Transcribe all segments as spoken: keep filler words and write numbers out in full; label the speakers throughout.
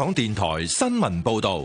Speaker 1: 港電台新聞報道。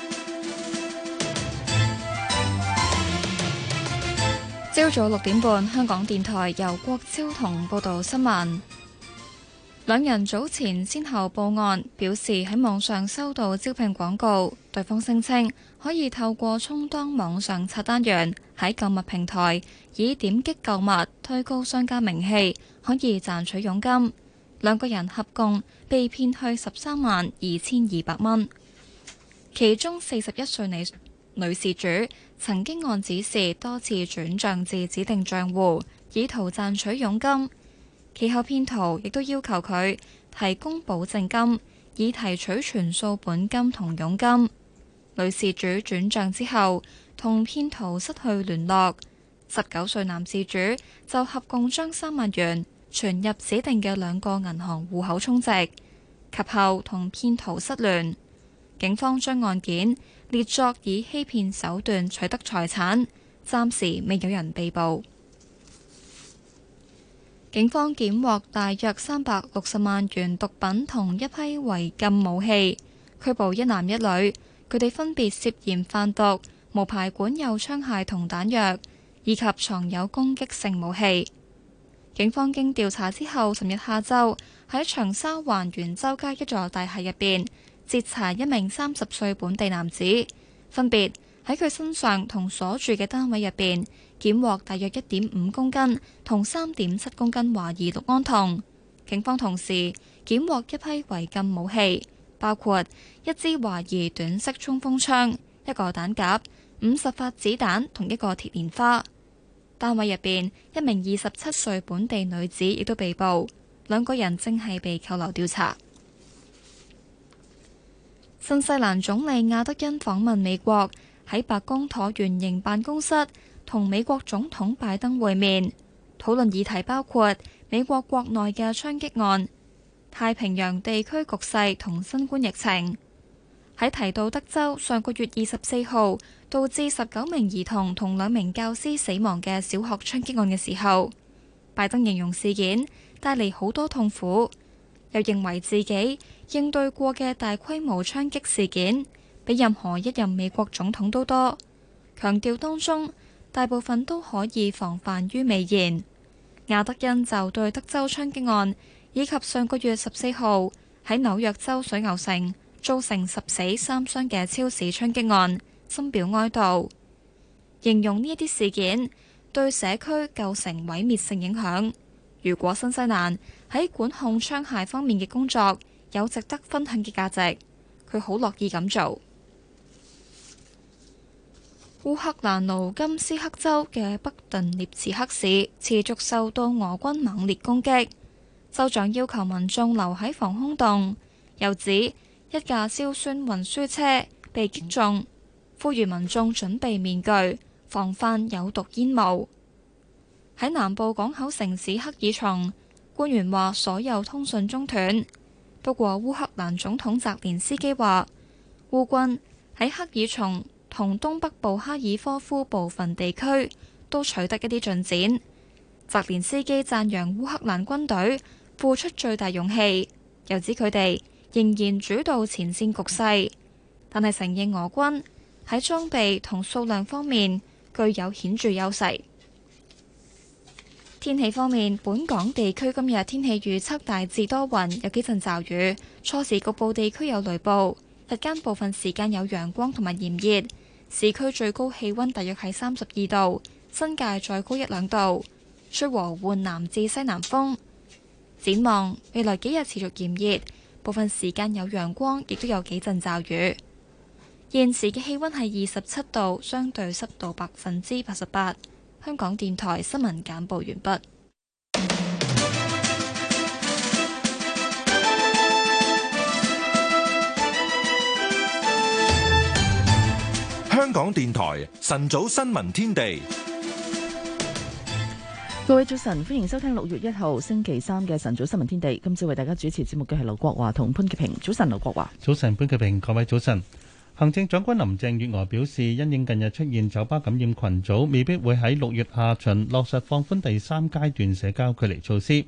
Speaker 2: 朝早六點半，香港電台由郭超同報道新聞。兩人早前先後報案，表示喺網上收到招聘廣告，對方聲稱可以透過充當網上刷單員喺購物平台以點擊購物推高商家名氣，可以賺取佣金。兩個人合共被騙去十三萬二千二百蚊。其中四十一歲女女事主曾經按指示多次轉帳至指定帳戶，以圖賺取佣金。其後騙徒亦都要求佢提供保證金，以提取全數本金同佣金。女事主轉帳之後，同騙徒失去聯絡。十九歲男事主就合共將三萬元存入指定嘅兩個銀行戶口充值，及後同騙徒失聯。警方將案件列作以欺騙手段取得財產，暫時未有人被捕。警方檢獲大約三百六十萬元毒品同一批違禁武器，拘捕一男一女，佢哋分別涉嫌販毒、無牌管有槍械同彈藥，以及藏有攻擊性武器。警方經調查之後，尋日下晝喺長沙灣元州街一座大廈入邊截查一名三十歲本地男子，分別喺佢身上同所住嘅單位入邊檢獲大約一點五公斤同三點七公斤懷疑氯胺酮。警方同時檢獲一批違禁武器，包括一支懷疑短式衝鋒槍、一個彈夾、五十發子彈同一個鐵蓮花。單位入邊一名二十七歲本地女子亦都被捕，兩個人正係被扣留調查。新西蘭總理亞德恩訪問美國，喺白宮橢圓形辦公室同美國總統拜登會面，討論議題包括美國國內嘅槍擊案、太平洋地區局勢同新冠疫情。喺提到德州上個月二十四號導致十九名兒童同兩名教師死亡嘅小學槍擊案嘅時候，拜登形容事件帶嚟好多痛苦，又認為自己應對過嘅大規模槍擊事件比任何一任美國總統都多，強調當中大部分都可以防範於未然。亞德恩就對德州槍擊案以及上個月十四號喺紐約州水牛城造成十死三傷嘅超市槍擊案深表哀悼，形容呢一啲事件對社區構成毀滅性影響。如果新西蘭喺管控槍械方面嘅工作有值得分享嘅價值，佢好樂意咁做。烏克蘭盧甘斯克州嘅北頓涅茨克市持續受到俄軍猛烈攻擊，州長要求民眾留喺防空洞，又指一架硝酸運輸車被擊中，呼籲民眾準備面具，防範有毒煙霧。喺南部港口城市克爾松，官員話所有通訊中斷。不過烏克蘭總統澤連斯基話，烏軍喺克爾松同東北部哈爾科夫部分地區都取得一啲進展。澤連斯基讚揚烏克蘭軍隊付出最大勇氣，又指佢哋仍然主導前線局勢，但係承認俄軍喺裝備同數量方面具有顯著優勢。天氣方面，本港地區今日天氣預測大致多雲，有幾陣驟雨，初時局部地區有雷暴，日間部分時間有陽光同埋炎熱，市區最高氣溫大約係三十二度，新界再高一兩度，吹和緩南至西南風。展望未來幾日持續炎熱，部分時間有陽光，亦都有幾陣驟雨。現時嘅氣溫係二十七度，相對濕度百分之八十八。香港電台新聞簡報完畢。
Speaker 1: 香港電台晨早新聞天地，
Speaker 3: 各位早晨，歡迎收聽六月一號星期三嘅晨早新聞天地。今朝為大家主持節目嘅係劉國華同潘潔平。早晨，劉國華。
Speaker 4: 早晨，潘潔平。各位早晨。行政長官林鄭月娥表示，因應近日出現酒吧感染群組，未必會喺六月下旬落實放寬第三階段社交距離措施。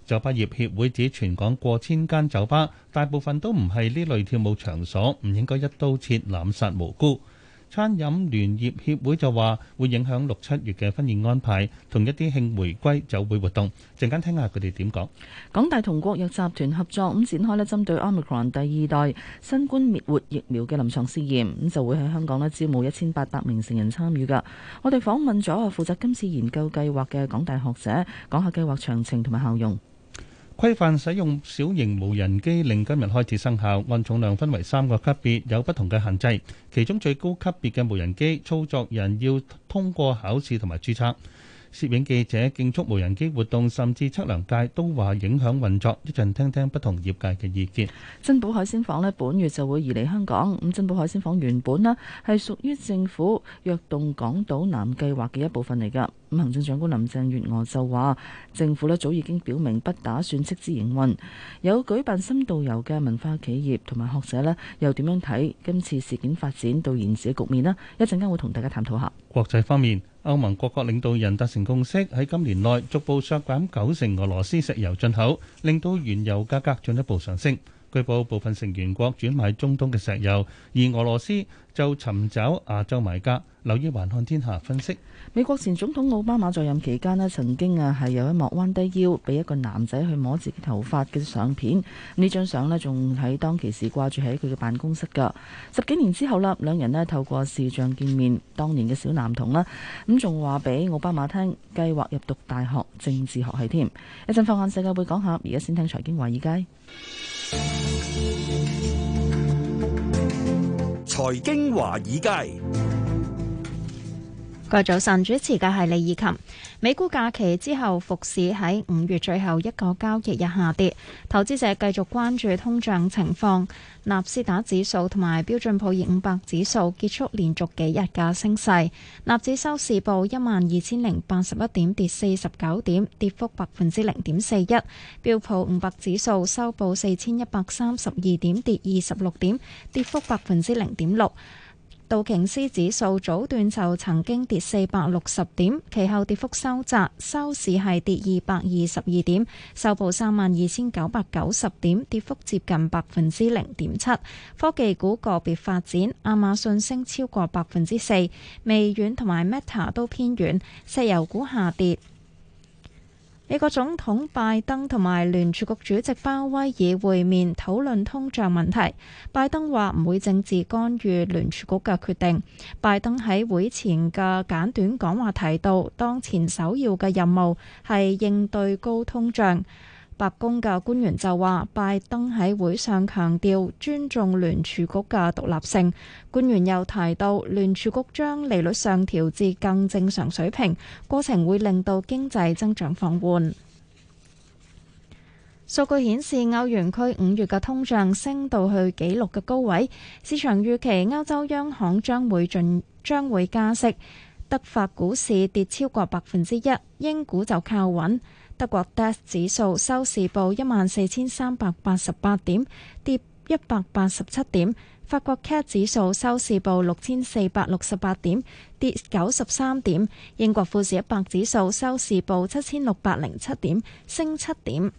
Speaker 4: 酒吧業協會指全港過千間酒吧，大部分都唔係呢類跳舞場所，唔應該一刀切濫殺無辜。餐飲聯業協會就話會影響六七月嘅婚宴安排同一啲慶回歸酒會活動。陣間聽下佢哋點講。
Speaker 3: 港大同國藥集團合作咁展開咧針對 Omicron 第二代新冠滅活疫苗嘅臨床試驗，咁就會喺香港咧招募一千八百名成人參與㗎。我哋訪問咗負責今次研究計劃嘅港大學者，講下計劃詳情同埋效用。
Speaker 4: 規範使用小型無人機令今日開始生效，按重量分為三個級別，有不同嘅限制。其中最高級別嘅無人機操作人要通過考試同埋註冊。攝影記者競速無人機活動，甚至測量界都話影響運作。一陣聽聽不同業界嘅意見。
Speaker 3: 珍寶海鮮舫咧本月就會移離香港。咁珍寶海鮮舫原本咧係屬於政府躍動港島南計劃嘅一部分嚟㗎。咁行政長官林鄭月娥就話，政府咧早已經表明不打算斥資營運。有舉辦深度遊嘅文化企業同埋學者咧，又點樣睇今次事件發展到現時嘅局面呢？一陣間會同大家探討下。
Speaker 4: 國際方面，歐盟各國領導人達成共識，喺今年內逐步削減九成俄羅斯石油進口，令到原油價格進一步上升。據報部分成員國轉買中東嘅石油，而俄羅斯就尋找亞洲買家。留意環看天下分析。
Speaker 3: 美國前總統奧巴馬在任期間咧，曾經啊係有一幕彎低腰俾一個男仔去摸自己頭髮嘅相片。呢張相咧仲喺當其時掛住喺佢嘅辦公室㗎。十幾年之後啦，兩人咧透過視像見面。當年嘅小男童啦，咁仲話俾奧巴馬聽，計劃入讀大學政治學系添。一陣放眼世界會講下，而家先聽財經華爾街。
Speaker 5: 財經華爾街。
Speaker 6: 個早晨主持嘅係李以琴。美股假期之後復市喺五月最後一個交易日下跌，投資者繼續關注通脹情況。納斯達指數同埋標準普爾五百指數結束連續幾日嘅升勢，納指收市報一萬二千零八十一點，跌四十九點，跌幅百分之零點四一。標普五百指數收報四千一百三十二點，跌二十六點，跌幅百分之零點六。道瓊斯指數早段就曾經跌四百六十點，其後跌幅收窄，收市係跌二百二十二點，收報三萬二千九百九十點，跌幅接近百分之零點七。科技股個別發展，亞馬遜升超過百分之四，微軟同埋 Meta 都偏軟，石油股下跌。美國總統拜登同埋聯儲局主席鮑威爾會面討論通脹問題。拜登話唔會政治干預聯儲局嘅決定。拜登喺會前嘅簡短講話提到，當前首要嘅任務係應對高通脹。白宮嘅官員就話，拜登喺會上強調尊重聯儲局嘅獨立性。官員又提到，聯儲局將利率上調至更正常水平，過程會令到經濟增長放緩。數據顯示，歐元區五月嘅通脹升到去紀錄嘅高位，市場預期歐洲央行將會進將會加息。德法股市跌超過百分之一，英股就靠穩。德國 D A X 指數收市報一萬四千三百八十八點，跌一百八十七點。法國 C A C 指數收市報六千四百六十八點，跌九十三點。英國富時一百指數收市報七千六百零七點，升七點。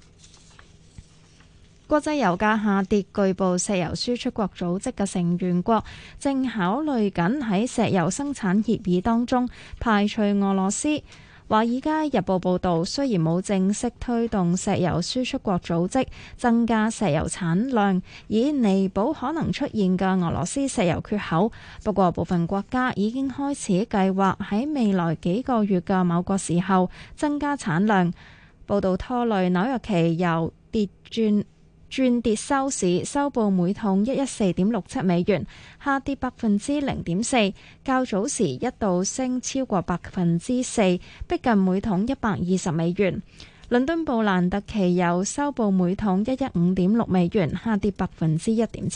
Speaker 6: 國際油價下跌，據報石油輸出國組織嘅成員國正考慮緊喺石油生產協議當中排除俄羅斯。華爾街日報報導，雖然冇正式推動石油輸出國組織增加石油產量，以彌補可能出現嘅俄羅斯石油缺口，不過部分國家已經開始計劃喺未來幾個月嘅某個時候增加產量。報導拖累紐約期油跌轉轉跌收市，收報每桶一一四點六七美元，下跌百分之零點四。較早時一度升超過百分之四，逼近每桶一百二十美元。倫敦布蘭特期油收報每桶一一五點六美元，下跌百分之一點七。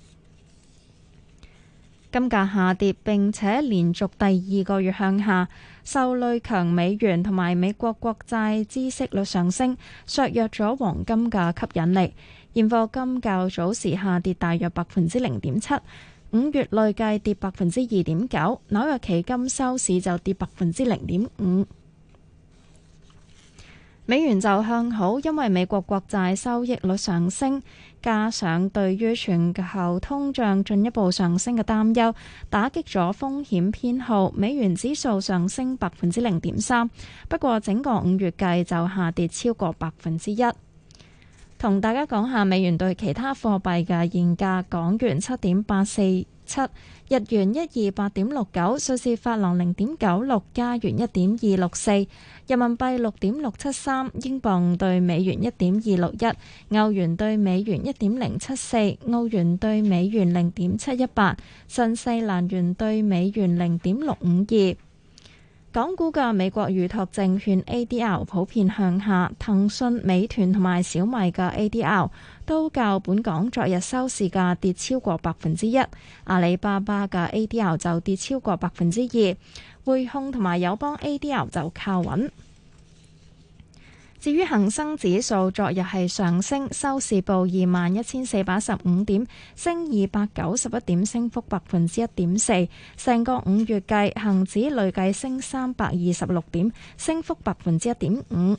Speaker 6: 金價下跌並且連續第二個月向下，受累強美元同埋美國國債孳息率上升，削弱咗黃金嘅吸引力。現貨金較早時下跌大約百分之零點七，五月累計跌百分之二點九，紐約期金收市就跌百分之零點五。 美元就向好，因為美國國債收益率上升，加上對於全球通脹進一步上升嘅擔憂，打擊咗風險偏好。美元指數上升百分之零點三，不過整個五月計就下跌超過百分之一。同大家講下美元對其他貨幣嘅現價：港元七點八四七，日元一二八點六九，瑞士法郎零點九六，加元一點二六四，人民幣六點六七三，英鎊對美元一點二六一，歐元對美元一點零七四，澳元對美元零點七一八，新西蘭元對美元零點六五二。港股嘅美國預託證券 A D R 普遍向下，騰訊、美團同埋小米嘅 A D R 都較本港昨日收市價跌超過百分之一，阿里巴巴嘅 A D R 就跌超過百分之二，匯控同埋友邦 A D R 就靠穩。至於恒生指數，昨日係上升，收市報二萬一千四百十五點，升二百九十一點，升幅百分之一點四。成個五月計，恒指累計升三百二十六點，升幅百分之一點五。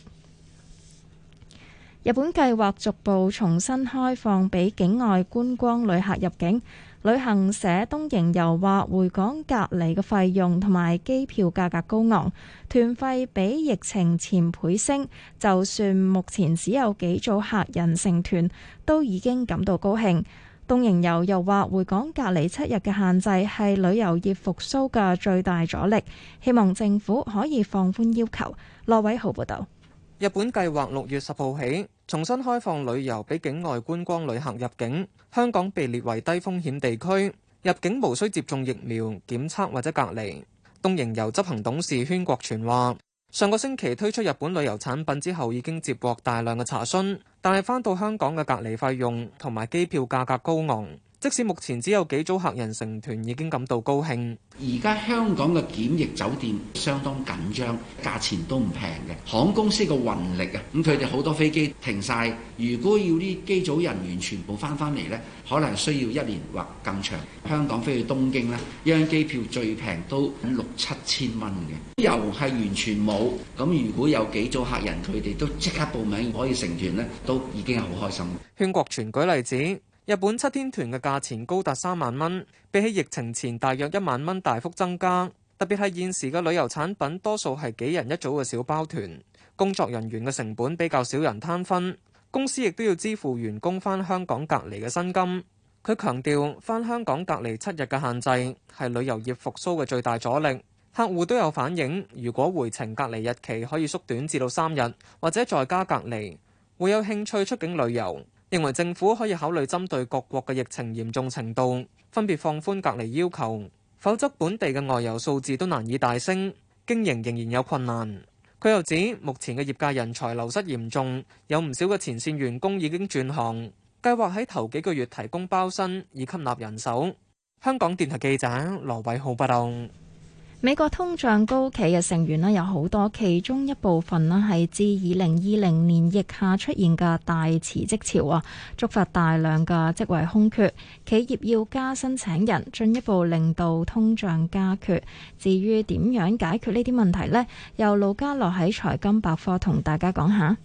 Speaker 6: 日本計劃逐步重新開放俾境外觀光旅客入境。旅行社東瀛遊話，回港隔離嘅費用同埋機票價格高昂，團費比疫情前倍升。就算目前只有幾組客人成團，都已經感到高興。東瀛遊又話，回港隔離七日嘅限制係旅遊業復甦嘅最大阻力，希望政府可以放寬要求。羅偉豪報導。
Speaker 7: 日本計劃六月十號起重新開放旅遊俾境外觀光旅客入境，香港被列為低風險地區，入境無需接種疫苗、檢測或者隔離。東瀛遊執行董事禤國全話，上個星期推出日本旅遊產品之後，已經接獲大量嘅查詢，但係返到香港嘅隔離費用同埋機票價格高昂。即使目前只有幾組客人成團，已經感到高興。
Speaker 8: 而家香港嘅檢疫酒店相當緊張，價錢都唔平嘅。航空公司個運力啊，咁佢哋好多飛機停晒。如果要啲機組人員全部翻返嚟呢，可能需要一年或更長。香港飛去東京呢，一張機票最平都六七千蚊嘅，又係完全冇。咁如果有幾組客人，佢哋都即刻報名可以成團呢，都已經係好開心。
Speaker 7: 禤國全舉例子。日本七天團嘅價錢高達三萬蚊，比起疫情前大約一萬蚊大幅增加。特別係現時嘅旅遊產品多數係幾人一組嘅小包團，工作人員嘅成本比較少人攤分，公司亦都要支付員工返香港隔離嘅薪金。佢強調，返香港隔離七日嘅限制係旅遊業復甦嘅最大阻力。客戶都有反映，如果回程隔離日期可以縮短至到三日，或者在家隔離，會有興趣出境旅遊。認為政府可以考慮針對各國嘅疫情嚴重程度，分別放寬隔離要求，否則本地嘅外遊數字都難以大升，經營仍然有困難。佢又指，目前嘅業界人才流失嚴重，有唔少嘅前線員工已經轉行，計劃喺頭幾個月提供包薪以吸納人手。香港電台記者羅偉浩報道。
Speaker 6: 美國通脹高企嘅成員咧有好多，其中一部分咧係自二零二零年疫下出現嘅大辭職潮啊，觸發大量嘅職位空缺，企業要加薪請人，進一步令到通脹加劇。至於點樣解決呢啲問題呢？由盧家樂喺財金百科同大家講下。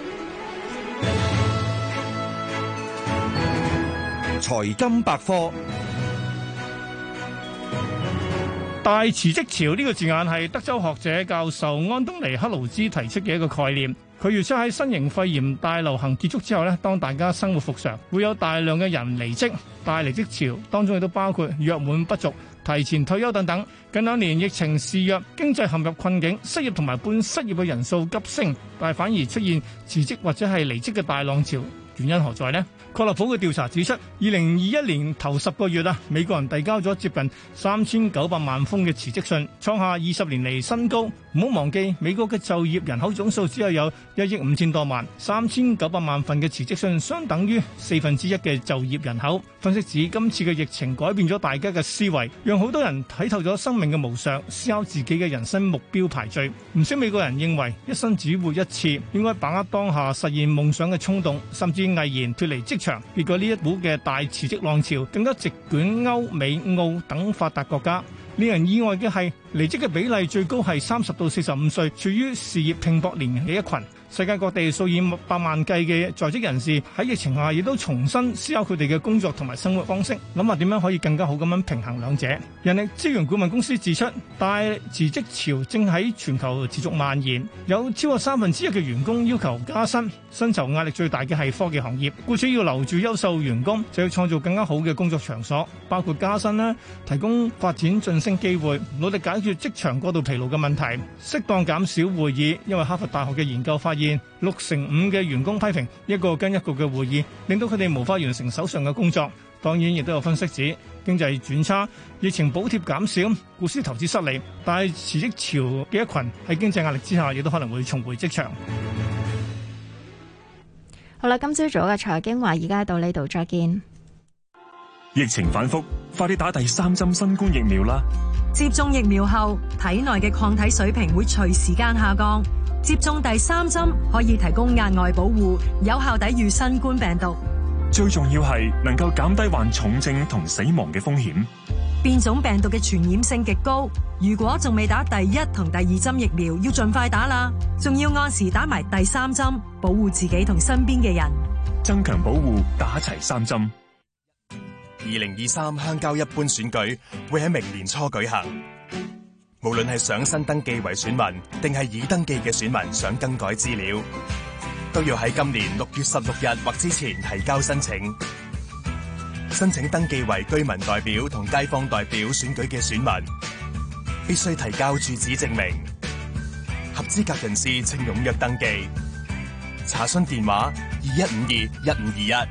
Speaker 5: 財金百科。
Speaker 9: 大辭職潮呢個字眼係德州學者教授安東尼克勞茲提出嘅一個概念。佢預測喺新型肺炎大流行結束之後呢，當大家生活復常，會有大量嘅人離職。大離職潮當中亦都包括約滿不續、提前退休等等。近兩年疫情肆虐，經濟陷入困境，失業同埋半失業嘅人數急升，但係反而出現辭職或者係離職嘅大浪潮。原因何在呢？確立普嘅調查指出，二零二一年頭十個月啊，美國人遞交咗接近三千九百萬封嘅辭職信，創下二十年嚟新高。唔好忘記，美國嘅就業人口總數只有有一億五千多萬，三千九百萬份嘅辭職信相等於四分之一嘅就業人口。分析指，今次嘅疫情改變咗大家嘅思維，讓好多人睇透咗生命嘅無常，思考自己嘅人生目標排序。唔少美國人認為，一生只活一次，應該把握當下實現夢想嘅衝動，甚至毅然脫離職場。結果呢一股嘅大辭職浪潮更加席捲歐美澳等發達國家。令人意外嘅係，離職嘅比例最高係三十到四十五歲，處於事業拼搏年嘅一群。 世界各地數以百萬計嘅在職人士喺疫情下，亦都重新思考佢哋嘅工作同埋生活方式，諗下點樣可以更加好咁樣平衡兩者。人力資源顧問公司指出，大辭職潮正喺全球持續蔓延，有超過三分之一嘅員工要求加薪，薪酬壓力最大嘅係科技行業，僱主要留住優秀員工，就要創造更加好嘅工作場所，包括加薪啦，提供發展晉升機會，努力解決職場過度疲勞嘅問題，適當減少會議。因為哈佛大學嘅研究發現，六成五嘅員工批評一個跟一個嘅會議令到佢哋無法完成手上嘅工作。當然亦都有分析指經濟轉差，疫情補貼減少，故此投資失利，但係辭職潮嘅一群喺經濟壓力之下亦都可能會重回職場。
Speaker 6: 好啦，今朝早嘅財經華爾街到呢度再見。
Speaker 10: 疫情反覆，快啲打第三針新冠疫苗啦！
Speaker 11: 接種疫苗後，體內嘅抗體水平會隨時間下降。接種第三針可以提供額外保護，有效抵禦新冠病毒。
Speaker 10: 最重要係能夠減低患重症同死亡嘅風險。
Speaker 11: 變種病毒嘅傳染性極高，如果仲未打第一同第二針疫苗，要盡快打啦。仲要按時打埋第三針，保護自己同身邊嘅人。
Speaker 10: 增強保護，打齊三針。
Speaker 12: 二零二三鄉郊一般選舉會喺明年初舉行。無論係想新登記為選民，定係已登記嘅選民想更改資料，都要喺今年六月十六日或之前提交申請。申請登記為居民代表同街坊代表選舉嘅選民，必須提交住址證明。合資格人士請踴躍登記。查詢電話二一五二一五二一。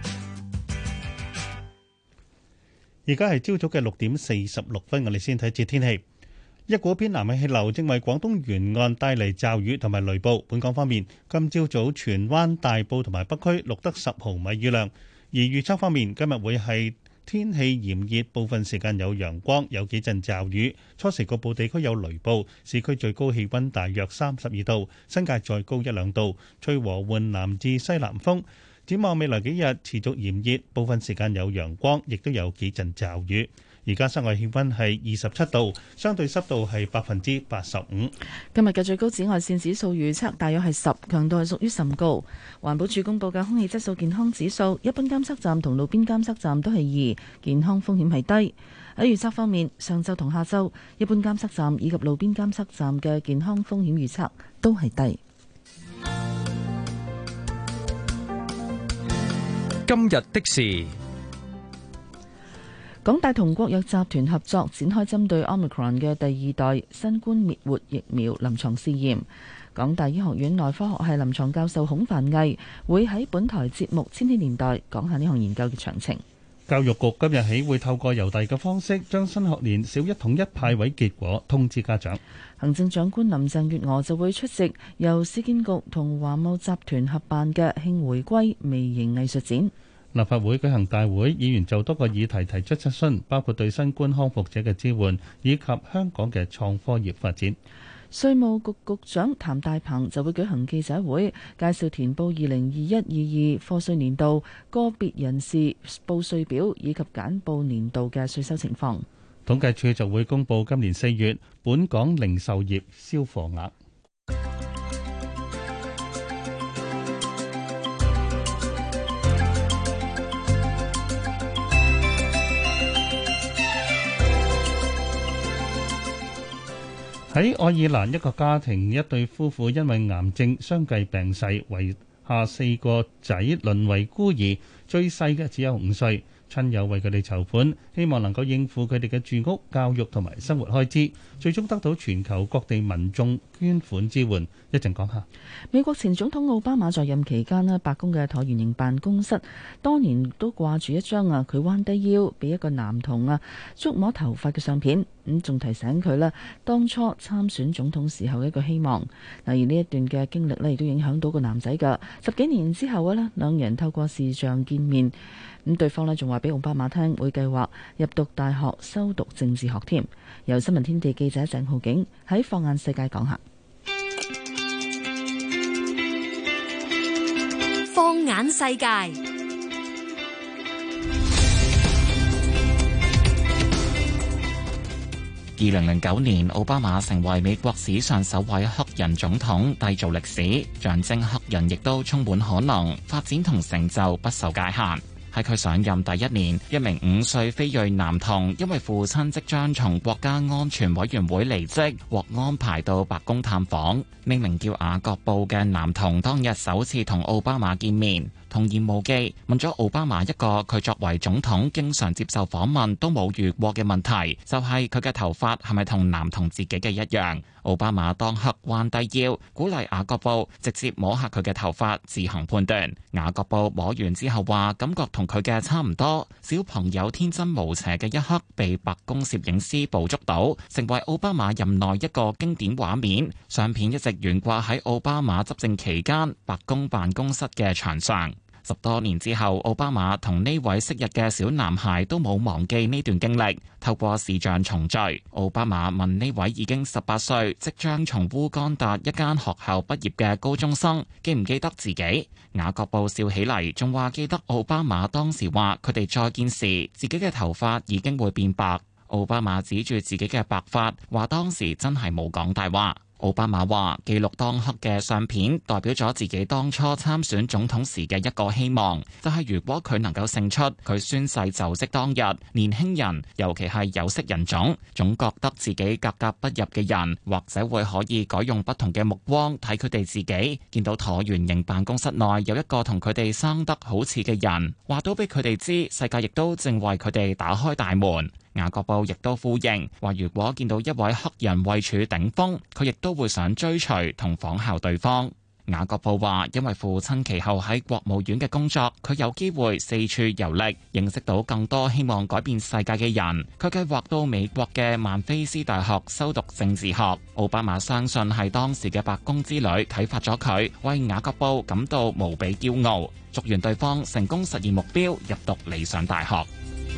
Speaker 4: 而家係朝早嘅六點四十六分，我哋先睇節天氣。一股偏南嘅氣流正為廣東沿岸帶嚟驟雨同埋雷暴。本港方面，今朝早荃灣、大埔同埋北區錄得十毫米雨量。而預測方面，今日會係天氣炎熱，部分時間有陽光，有幾陣驟雨。初時局部地區有雷暴。市區最高氣溫大約三十二度，新界再高一兩度。吹和緩南至西南風。展望未來幾日持續炎熱，部分時間有陽光，亦都有幾陣驟雨。而家室外氣溫係二十七度，相對濕度係百分之八十五。
Speaker 3: 今日嘅最高紫外線指數預測大約係十，強度係屬於甚高。環保署公布嘅空氣質素健康指數，一般監測站同路邊監測站都係二，健康風險係低。喺預測方面，上晝同下晝，一般監測站以及路邊監測站嘅健康風險預測都係低。
Speaker 5: 今日的事，
Speaker 3: 港大同國藥集團合作展開針對 Omicron 嘅第二代新冠滅活疫苗臨床試驗。港大醫學院內科學系臨床教授孔繁毅會喺本台節目《千禧年代》講下呢項研究嘅詳情。
Speaker 4: 教育局今日起會透過郵遞嘅方式，將新學年小一統一派位結果通知家長。
Speaker 3: 行政長官林鄭月娥就會出席由市建局同華懋集團合辦嘅慶回歸微型藝術展。
Speaker 4: 立法會舉行大會，議員就多個議題提出質詢，包括對新冠康復者嘅支援，以及香港嘅創科業發展。
Speaker 3: 稅務局局長譚大鵬就會舉行記者會，介紹填報二零二一二二課稅年度個別人士報稅表以及簡報年度嘅稅收情況。
Speaker 4: 統計處就會公布今年四月本港零售業銷貨額。喺愛爾蘭，一個家庭一對夫婦因為癌症相繼病逝，遺下四個仔淪為孤兒，最細嘅只有五歲。親友為佢哋籌款，希望能夠應付佢哋嘅住屋、教育同埋生活開支，最終得到全球各地民眾捐款支援。一陣講下。
Speaker 3: 美國前總統奧巴馬在任期間咧，白宮嘅橢圓形辦公室多年都掛住一張啊，佢彎低腰俾一個男童啊觸摸頭髮嘅相片，咁仲提醒佢咧當初參選總統時候嘅一個希望。嗱，而呢一段嘅經歷咧，亦都影響到個男仔噶。十幾年之後咧，兩人透過視像見面。咁對方呢仲話俾奧巴馬聽，會計劃入讀大學修讀政治學添。由新聞天地記者鄭浩景喺放眼世界講下。
Speaker 13: 放眼世界。
Speaker 14: 二零零九年，奧巴馬成為美國史上首位黑人總統，締造歷史，象徵黑人亦都充滿可能，發展同成就不受界限。喺佢上任第一年，一名五歲非裔男童因為父親即將從國家安全委員會離職，獲安排到白宮探訪。呢名叫雅各布嘅男童當日首次同奧巴馬見面，童言無忌問咗奧巴馬一個佢作為總統經常接受訪問都冇遇過嘅問題，就係佢嘅頭髮係咪同男童自己嘅一樣。奧巴馬當刻彎低腰，鼓勵雅各布直接摸下佢嘅頭髮，自行判斷。雅各布摸完之後話，感覺同佢嘅差唔多。小朋友天真無邪嘅一刻被白宮攝影師捕捉到，成為奧巴馬任內一個經典畫面。相片一直懸掛喺奧巴馬執政期間白宮辦公室嘅牆上。十多年之後，奧巴馬同呢位昔日嘅小男孩都冇忘記呢段經歷。透過視像重聚，奧巴馬問呢位已經十八歲、即將從烏干達一間學校畢業嘅高中生記唔記得自己。雅各布笑起嚟，仲話記得奧巴馬當時話佢哋再見時，自己嘅頭髮已經會變白。奧巴馬指住自己嘅白髮，話當時真係冇講大話。奧巴馬話：記錄當刻嘅相片，代表咗自己當初參選總統時嘅一個希望，就係如果佢能夠勝出，佢宣誓就職當日，年輕人，尤其係有色人種，總覺得自己格格不入嘅人，或者會可以改用不同嘅目光睇佢哋自己，見到橢圓形辦公室內有一個同佢哋生得好似嘅人，話到俾佢哋知，世界亦都正為佢哋打開大門。雅各布亦都呼應，話如果見到一位黑人位處頂峰，佢亦都會想追隨同仿效對方。雅各布話，因為父親其後喺國務院嘅工作，佢有機會四處遊歷，認識到更多希望改變世界嘅人。佢計劃到美國嘅曼菲斯大學修讀政治學。奧巴馬相信係當時嘅白宮之旅啟發咗佢，為雅各布感到無比驕傲，祝願對方成功實現目標，入讀理想大學。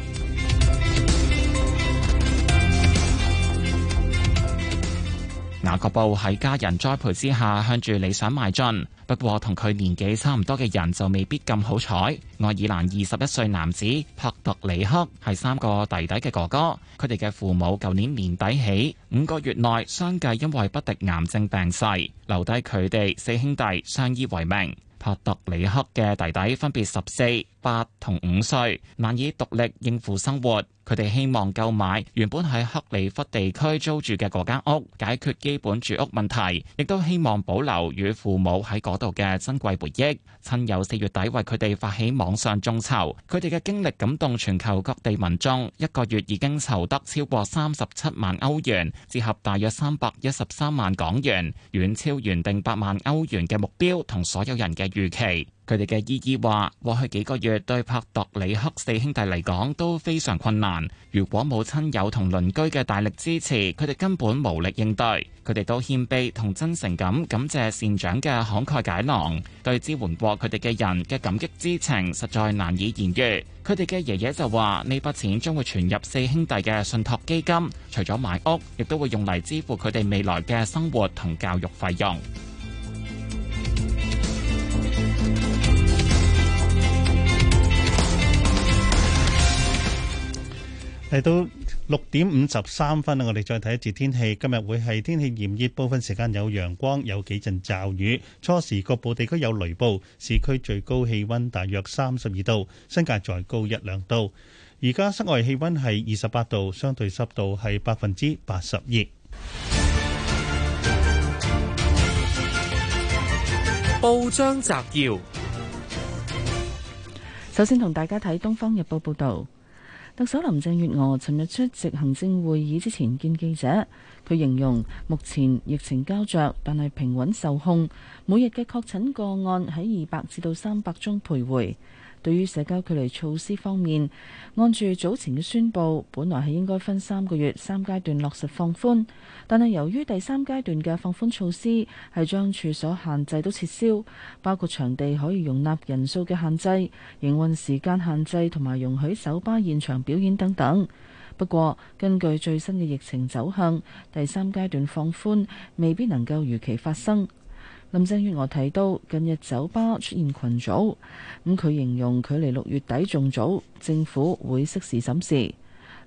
Speaker 14: 雅各布喺家人栽培之下向住理想邁進，不過同佢年紀差唔多嘅人就未必咁好彩。愛爾蘭二十一歲男子帕特里克係三個弟弟嘅哥哥，佢哋嘅父母舊年年底起五個月內相繼因為不敵癌症病逝，留低佢哋四兄弟相依為命。帕特里克嘅弟弟分別十四、八同五歲，難以獨立應付生活。佢哋希望購買原本喺克里弗地區租住嘅嗰間屋，解決基本住屋問題，亦都希望保留與父母喺嗰度嘅珍貴回憶。親友四月底為佢哋發起網上眾籌，佢哋嘅經歷感動全球各地民眾，一個月已經籌得超過三十七萬歐元，折合大約三百一十三萬港元，遠超原定八萬歐元嘅目標同所有人嘅預期。佢哋嘅姨姨話：過去幾個月對帕特里克四兄弟嚟講都非常困難，如果冇親友同鄰居嘅大力支持，佢哋根本無力應對。佢哋都謙卑同真誠咁感謝善長嘅慷慨解囊，對支援過佢哋嘅人嘅感激之情實在難以言喻。佢哋嘅爺爺就話：呢筆錢將會存入四兄弟嘅信託基金，除咗買屋，亦都會用嚟支付佢哋未來嘅生活同教育費用。
Speaker 4: 嚟到六點五十三分，我哋再睇一節天氣。今日會係天氣炎熱，部分時間有陽光，有幾陣驟雨。初時局部地區有雷暴，市區最高氣溫大約三十二度，新界再高一兩度。而家室外氣溫係二十八度，相對濕度係百分之八十二。
Speaker 5: 報章摘要，
Speaker 3: 首先同大家睇《東方日報》報道。特首林鄭月娥尋日出席行政會議之前見記者，佢形容目前疫情膠着，但係平穩受控，每日嘅確診個案喺二百至到三百宗徘徊。對於社交距離措施方面，按住早前嘅宣佈，本來係應該分三個月三階段落實放寬，但係由於第三階段嘅放寬措施係將處所限制都撤銷，包括場地可以容納人數嘅限制、營運時間限制同埋容許酒吧現場表演等等。不過，根據最新嘅疫情走向，第三階段放寬未必能夠如期發生。林鄭月娥提到，近日酒吧出現群組，咁佢形容距離六月底仲早，政府會適時審視。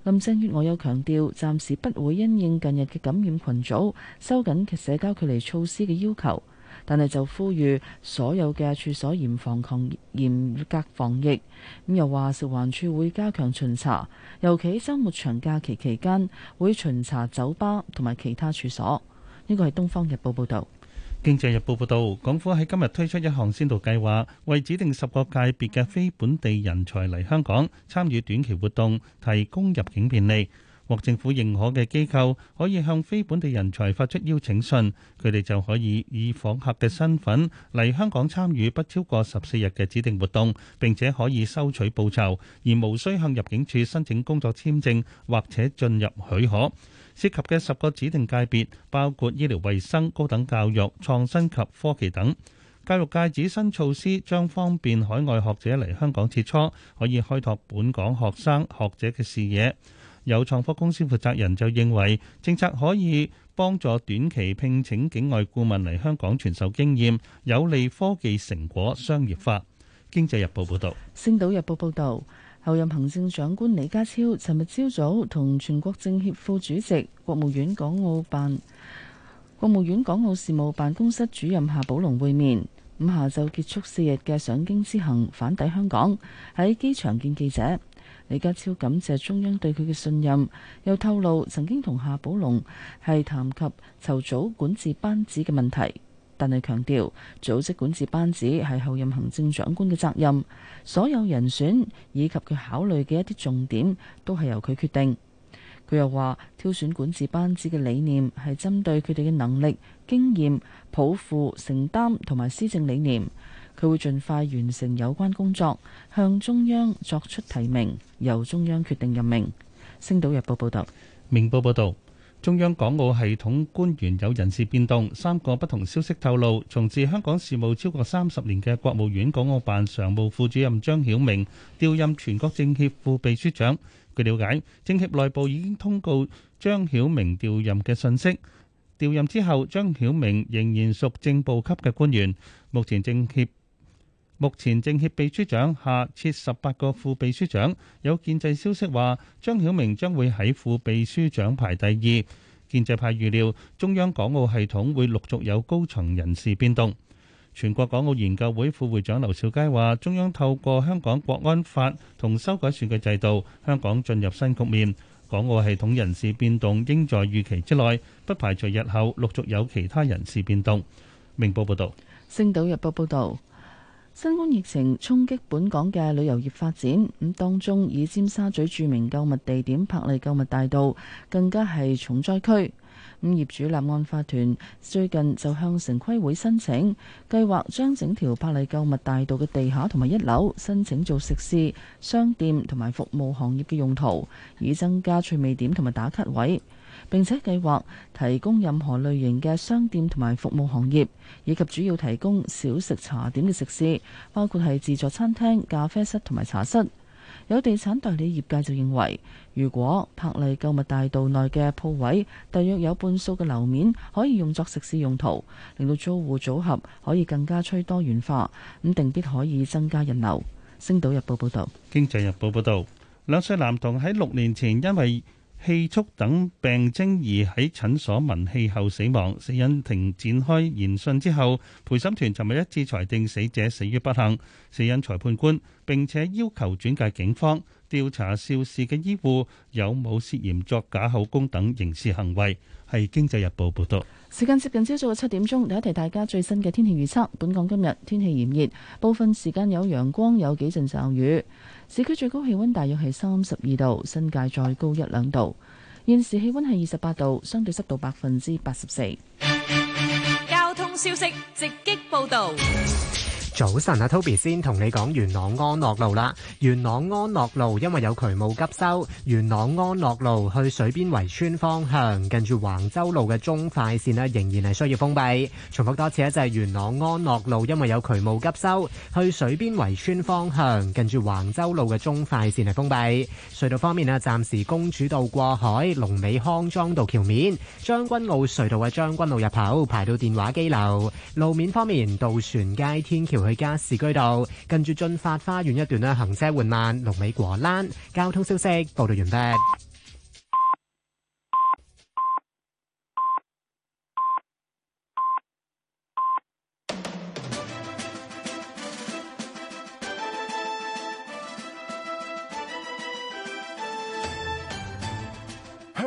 Speaker 3: 林鄭月娥又強調，暫時不會因應近日嘅感染群組收緊嘅社交距離措施嘅要求，但係就呼籲所有嘅處所嚴防抗嚴格防疫。咁又話食環署會加強巡查，尤其週末長假期期間會巡查酒吧同埋其他處所。呢個係《東方日報》報導。
Speaker 4: 《經濟日報》報導，港府喺今日推出一項先導計劃，為指定十個界別嘅非本地人才嚟香港參與短期活動提供入境便利。獲政府認可嘅機構可以向非本地人才發出邀請信，佢哋就可以以訪客嘅身份嚟香港參與不超過十四日嘅指定活動，並且可以收取報酬，而無需向入境處申請工作簽證或者進入許可。涉及嘅十個指定界別包括醫療衛生、高等教育、創新及科技等。教育界指新措施將方便海外學者嚟香港切磋，可以開拓本港學生學者嘅視野。有創科公司負責人就認為，政策可以幫助短期聘請境外顧問嚟香港傳授經驗，有利科技成果商業化。經濟日報報導。
Speaker 3: 星島日報報導。候任行政長官李家超尋日朝早同全國政協副主席、國務院港澳辦、國務院港澳事務辦公室主任夏寶龍會面。咁下晝結束四日嘅上京之行，返抵香港，喺機場見記者。李家超感謝中央對佢嘅信任，又透露曾經同夏寶龍係談及籌組管治班子嘅問題。但係強調，組織管治班子係候任行政長官嘅責任，所有人選以及佢考慮嘅一啲重點都係由佢決定。佢又話，挑選管治班子嘅理念係針對佢哋嘅能力、經驗、抱負、承擔同埋施政理念。佢會盡快完成有關工作，向中央作出提名，由中央決定任命。星島日報報道。
Speaker 4: 明報報道。中央港澳系統官員有人事變動，三個不同消息透露，從事香港事務超過三十年嘅國務院港澳辦常務副主任張曉明調任全國政協副秘書長。據了解，政協內部已經通告張曉明調任嘅信息。調任之後，張曉明仍然屬正部級嘅官員。目前政協目前政協秘書長下設十八個副秘書長，有建制消息話張曉明將會喺副秘書長排第二。建制派預料中央港澳系統會陸續有高層人事變動。全國港澳研究會副會長劉兆佳話，中央透過香港國安法同修改選舉制度，香港進入新局面。港澳系統人事變動應在預期之內，不排除日後陸續有其他人事變動。明報報道。
Speaker 3: 星島日報報道。新冠疫情衝擊本港嘅旅遊業發展，咁當中以尖沙咀著名購物地點柏麗購物大道更加係重災區。咁業主立案法團最近就向城規會申請，計劃將整條柏麗購物大道嘅地下同埋一樓申請做食肆、商店同埋服務行業嘅用途，以增加趣味點同埋打卡位。並且計劃提供任何類型嘅商店同埋服務行業，以及主要提供小食茶點嘅食肆，包括係自助餐廳、咖啡室同埋茶室。有地產代理業界就認為，如果柏麗購物大道內嘅鋪位大約有半數嘅樓面可以用作食肆用途，令到租戶組合可以更加趨多元化，咁定必可以增加人流。星島日報報道。
Speaker 4: 經濟日報報道，兩歲男童喺六年前因為氣促等病徵而喺診所聞氣後死亡，死因庭展開研訊之後，陪審團尋日一致裁定死者死於不幸。死因裁判官並且要求轉介警方調查肇事嘅醫護有冇涉嫌作假口供等刑事行為。係經濟日報報道。
Speaker 3: 時間接近朝早嘅七點鐘，第一題大家最新嘅天氣預測。本港今日天氣炎熱，部分時間有陽光，有幾陣驟雨。市區最高氣溫大約係三十二度，新界再高一兩度。現時氣溫係二十八度，相對濕度百分之八十四。
Speaker 13: 交通消息直擊報道。
Speaker 15: 早晨啊 ，Toby 先同你講元朗安樂路啦。元朗安樂路因為有渠務急修，元朗安樂路去水邊圍村方向，近住橫洲路嘅中快線咧，仍然係需要封閉。重複多次咧，就係元朗安樂路因為有渠務急修，去水邊圍村方向，近住橫洲路嘅中快線係封閉。隧道方面啊，暫時公主道過海、龍尾康莊道橋面、將軍澳隧道嘅將軍澳入口排到電話機樓。路面方面，渡船街天橋去加士居道，近住駿發花園一段咧，行車緩慢，龍尾果欄。交通消息報道完畢。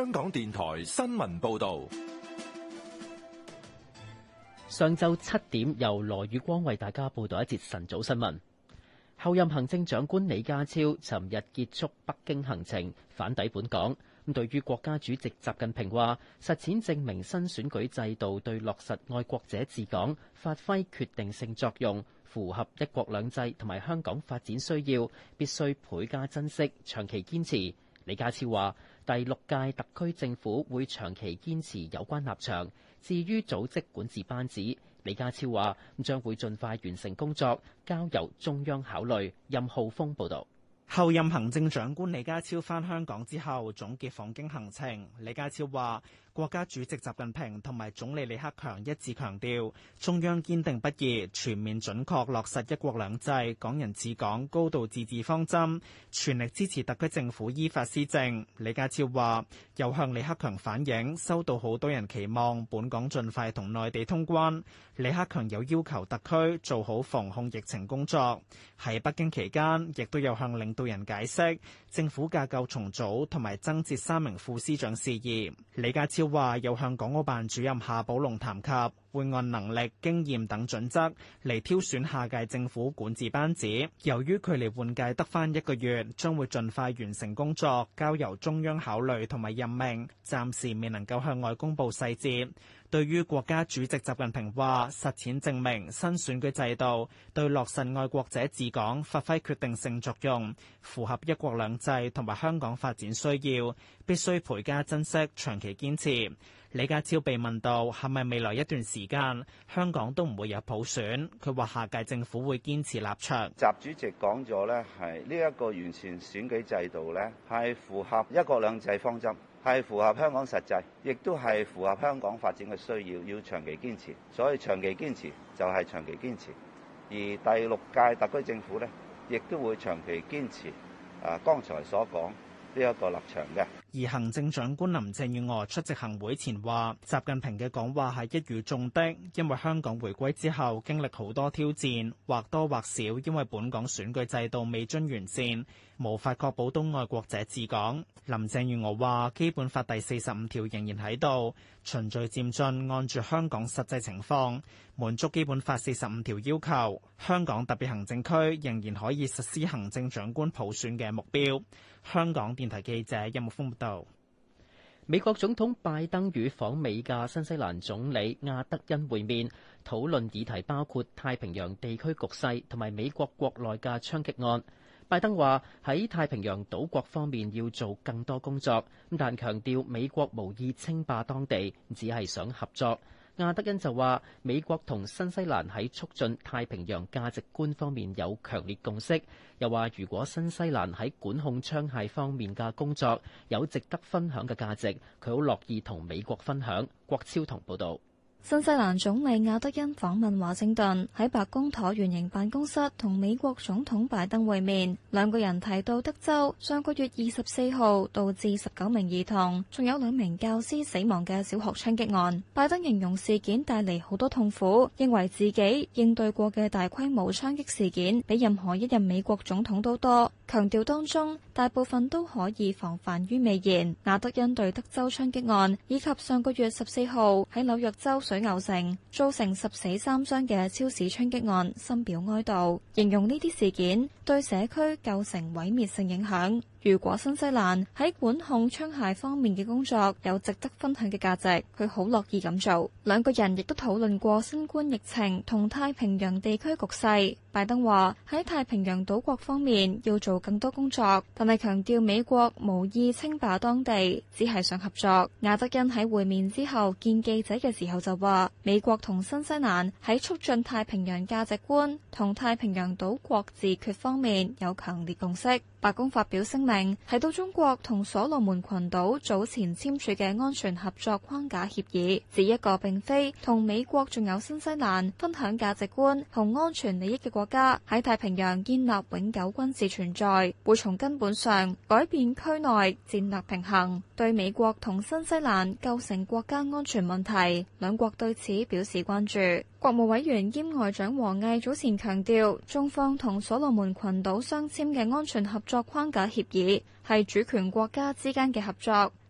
Speaker 1: 香港電台新聞報道。
Speaker 16: 上晝七點，由羅宇光為大家報道一節晨早新聞。候任行政長官李家超尋日結束北京行程，返抵本港。咁對於國家主席習近平話，實踐證明新選舉制度對落實愛國者治港發揮決定性作用，符合一國兩制同埋香港發展需要，必須倍加珍惜，長期堅持。李家超話，第六屆特區政府會長期堅持有關立場。至於組織管治班子，李家超話將會盡快完成工作，交由中央考慮。任浩峰報導。
Speaker 17: 候任行政長官李家超返香港之後總結訪京行程，李家超話，國家主席習近平同埋總理李克強一致強調，中央堅定不移全面準確落實一國兩制、港人治港、高度自治方針，全力支持特區政府依法施政。李家超話，又向李克強反映，收到好多人期望本港盡快同內地通關。李克強有要求特區做好防控疫情工作。喺北京期間，亦都有向領導人解釋政府架構重組同埋增設三名副司長事宜。李家超話又向港澳辦主任夏寶龍談及，會按能力、經驗等準則嚟挑選下屆政府管治班子。由於距離換屆得返一個月，將會盡快完成工作，交由中央考慮同埋任命，暫時未能夠向外公佈細節。對於國家主席習近平話，實踐證明新選舉制度對落實愛國者治港發揮決定性作用，符合一國兩制同埋香港發展需要，必須倍加珍惜，長期堅持。李家超被問到係咪未來一段時間香港都唔會有普選，佢話下屆政府會堅持立場。
Speaker 18: 習主席講咗呢，係呢一個完善選舉制度呢，係符合一國兩制方針，係符合香港實際，亦都係符合香港發展嘅需要，要長期堅持。所以長期堅持就係長期堅持。而第六屆特區政府呢，亦都會長期堅持啊，剛才所講呢一個立場嘅。
Speaker 17: 而行政長官林鄭月娥出席行會前話，習近平嘅講話係一語中的，因為香港回歸之後經歷好多挑戰，或多或少因為本港選舉制度未臻完善，無法確保到愛國者治港。林鄭月娥話，基本法第四十五條仍然喺度，循序漸進，按住香港實際情況，滿足基本法四十五條要求，香港特別行政區仍然可以實施行政長官普選嘅目標。香港電台記者任木峰報道。
Speaker 16: 美國總統拜登與訪美嘅新西蘭總理亞德恩會面，討論議題包括太平洋地區局勢同埋美國國內嘅槍擊案。拜登話喺太平洋島國方面要做更多工作，但強調美國無意稱霸當地，只係想合作。亞德恩就話美國同新西蘭喺促進太平洋價值觀方面有強烈共識，又話如果新西蘭喺管控槍械方面嘅工作有值得分享嘅價值，佢好樂意同美國分享。郭超同報導。
Speaker 2: 新西蘭總理亞德恩訪問華盛頓，喺白宮橢圓形辦公室同美國總統拜登會面。兩個人提到德州上個月二十四號導致十九名兒童仲有兩名教師死亡嘅小學槍擊案。拜登形容事件帶嚟好多痛苦，認為自己應對過嘅大規模槍擊事件比任何一任美國總統都多，強調當中大部分都可以防範於未然。亞德恩對德州槍擊案以及上個月十四號喺紐約州水牛城造成十死三傷嘅超市槍擊案深表哀悼，形容呢啲事件對社區構成毀滅性影響。如果新西蘭喺管控槍械方面嘅工作有值得分享嘅價值，佢好樂意咁做。兩個人亦都討論過新冠疫情同太平洋地區局勢。拜登話喺太平洋島國方面要做更多工作，但係強調美國無意稱霸當地，只係想合作。亞德恩喺會面之後見記者嘅時候就話，美國同新西蘭喺促進太平洋價值觀同太平洋島國自決方面有強烈共識。白宮發表聲明，提到中國同所羅門群島早前簽署嘅安全合作框架協議，指一個並非同美國仲有新西蘭分享價值觀同安全利益嘅國家喺太平洋建立永久軍事存在，會從根本上改變區內戰略平衡，對美國同新西蘭構成國家安全問題。兩國對此表示關注。國務委員兼外長王毅早前強調，中方同所羅門群島相簽嘅安全合作框架協議係主權國家之間嘅合作，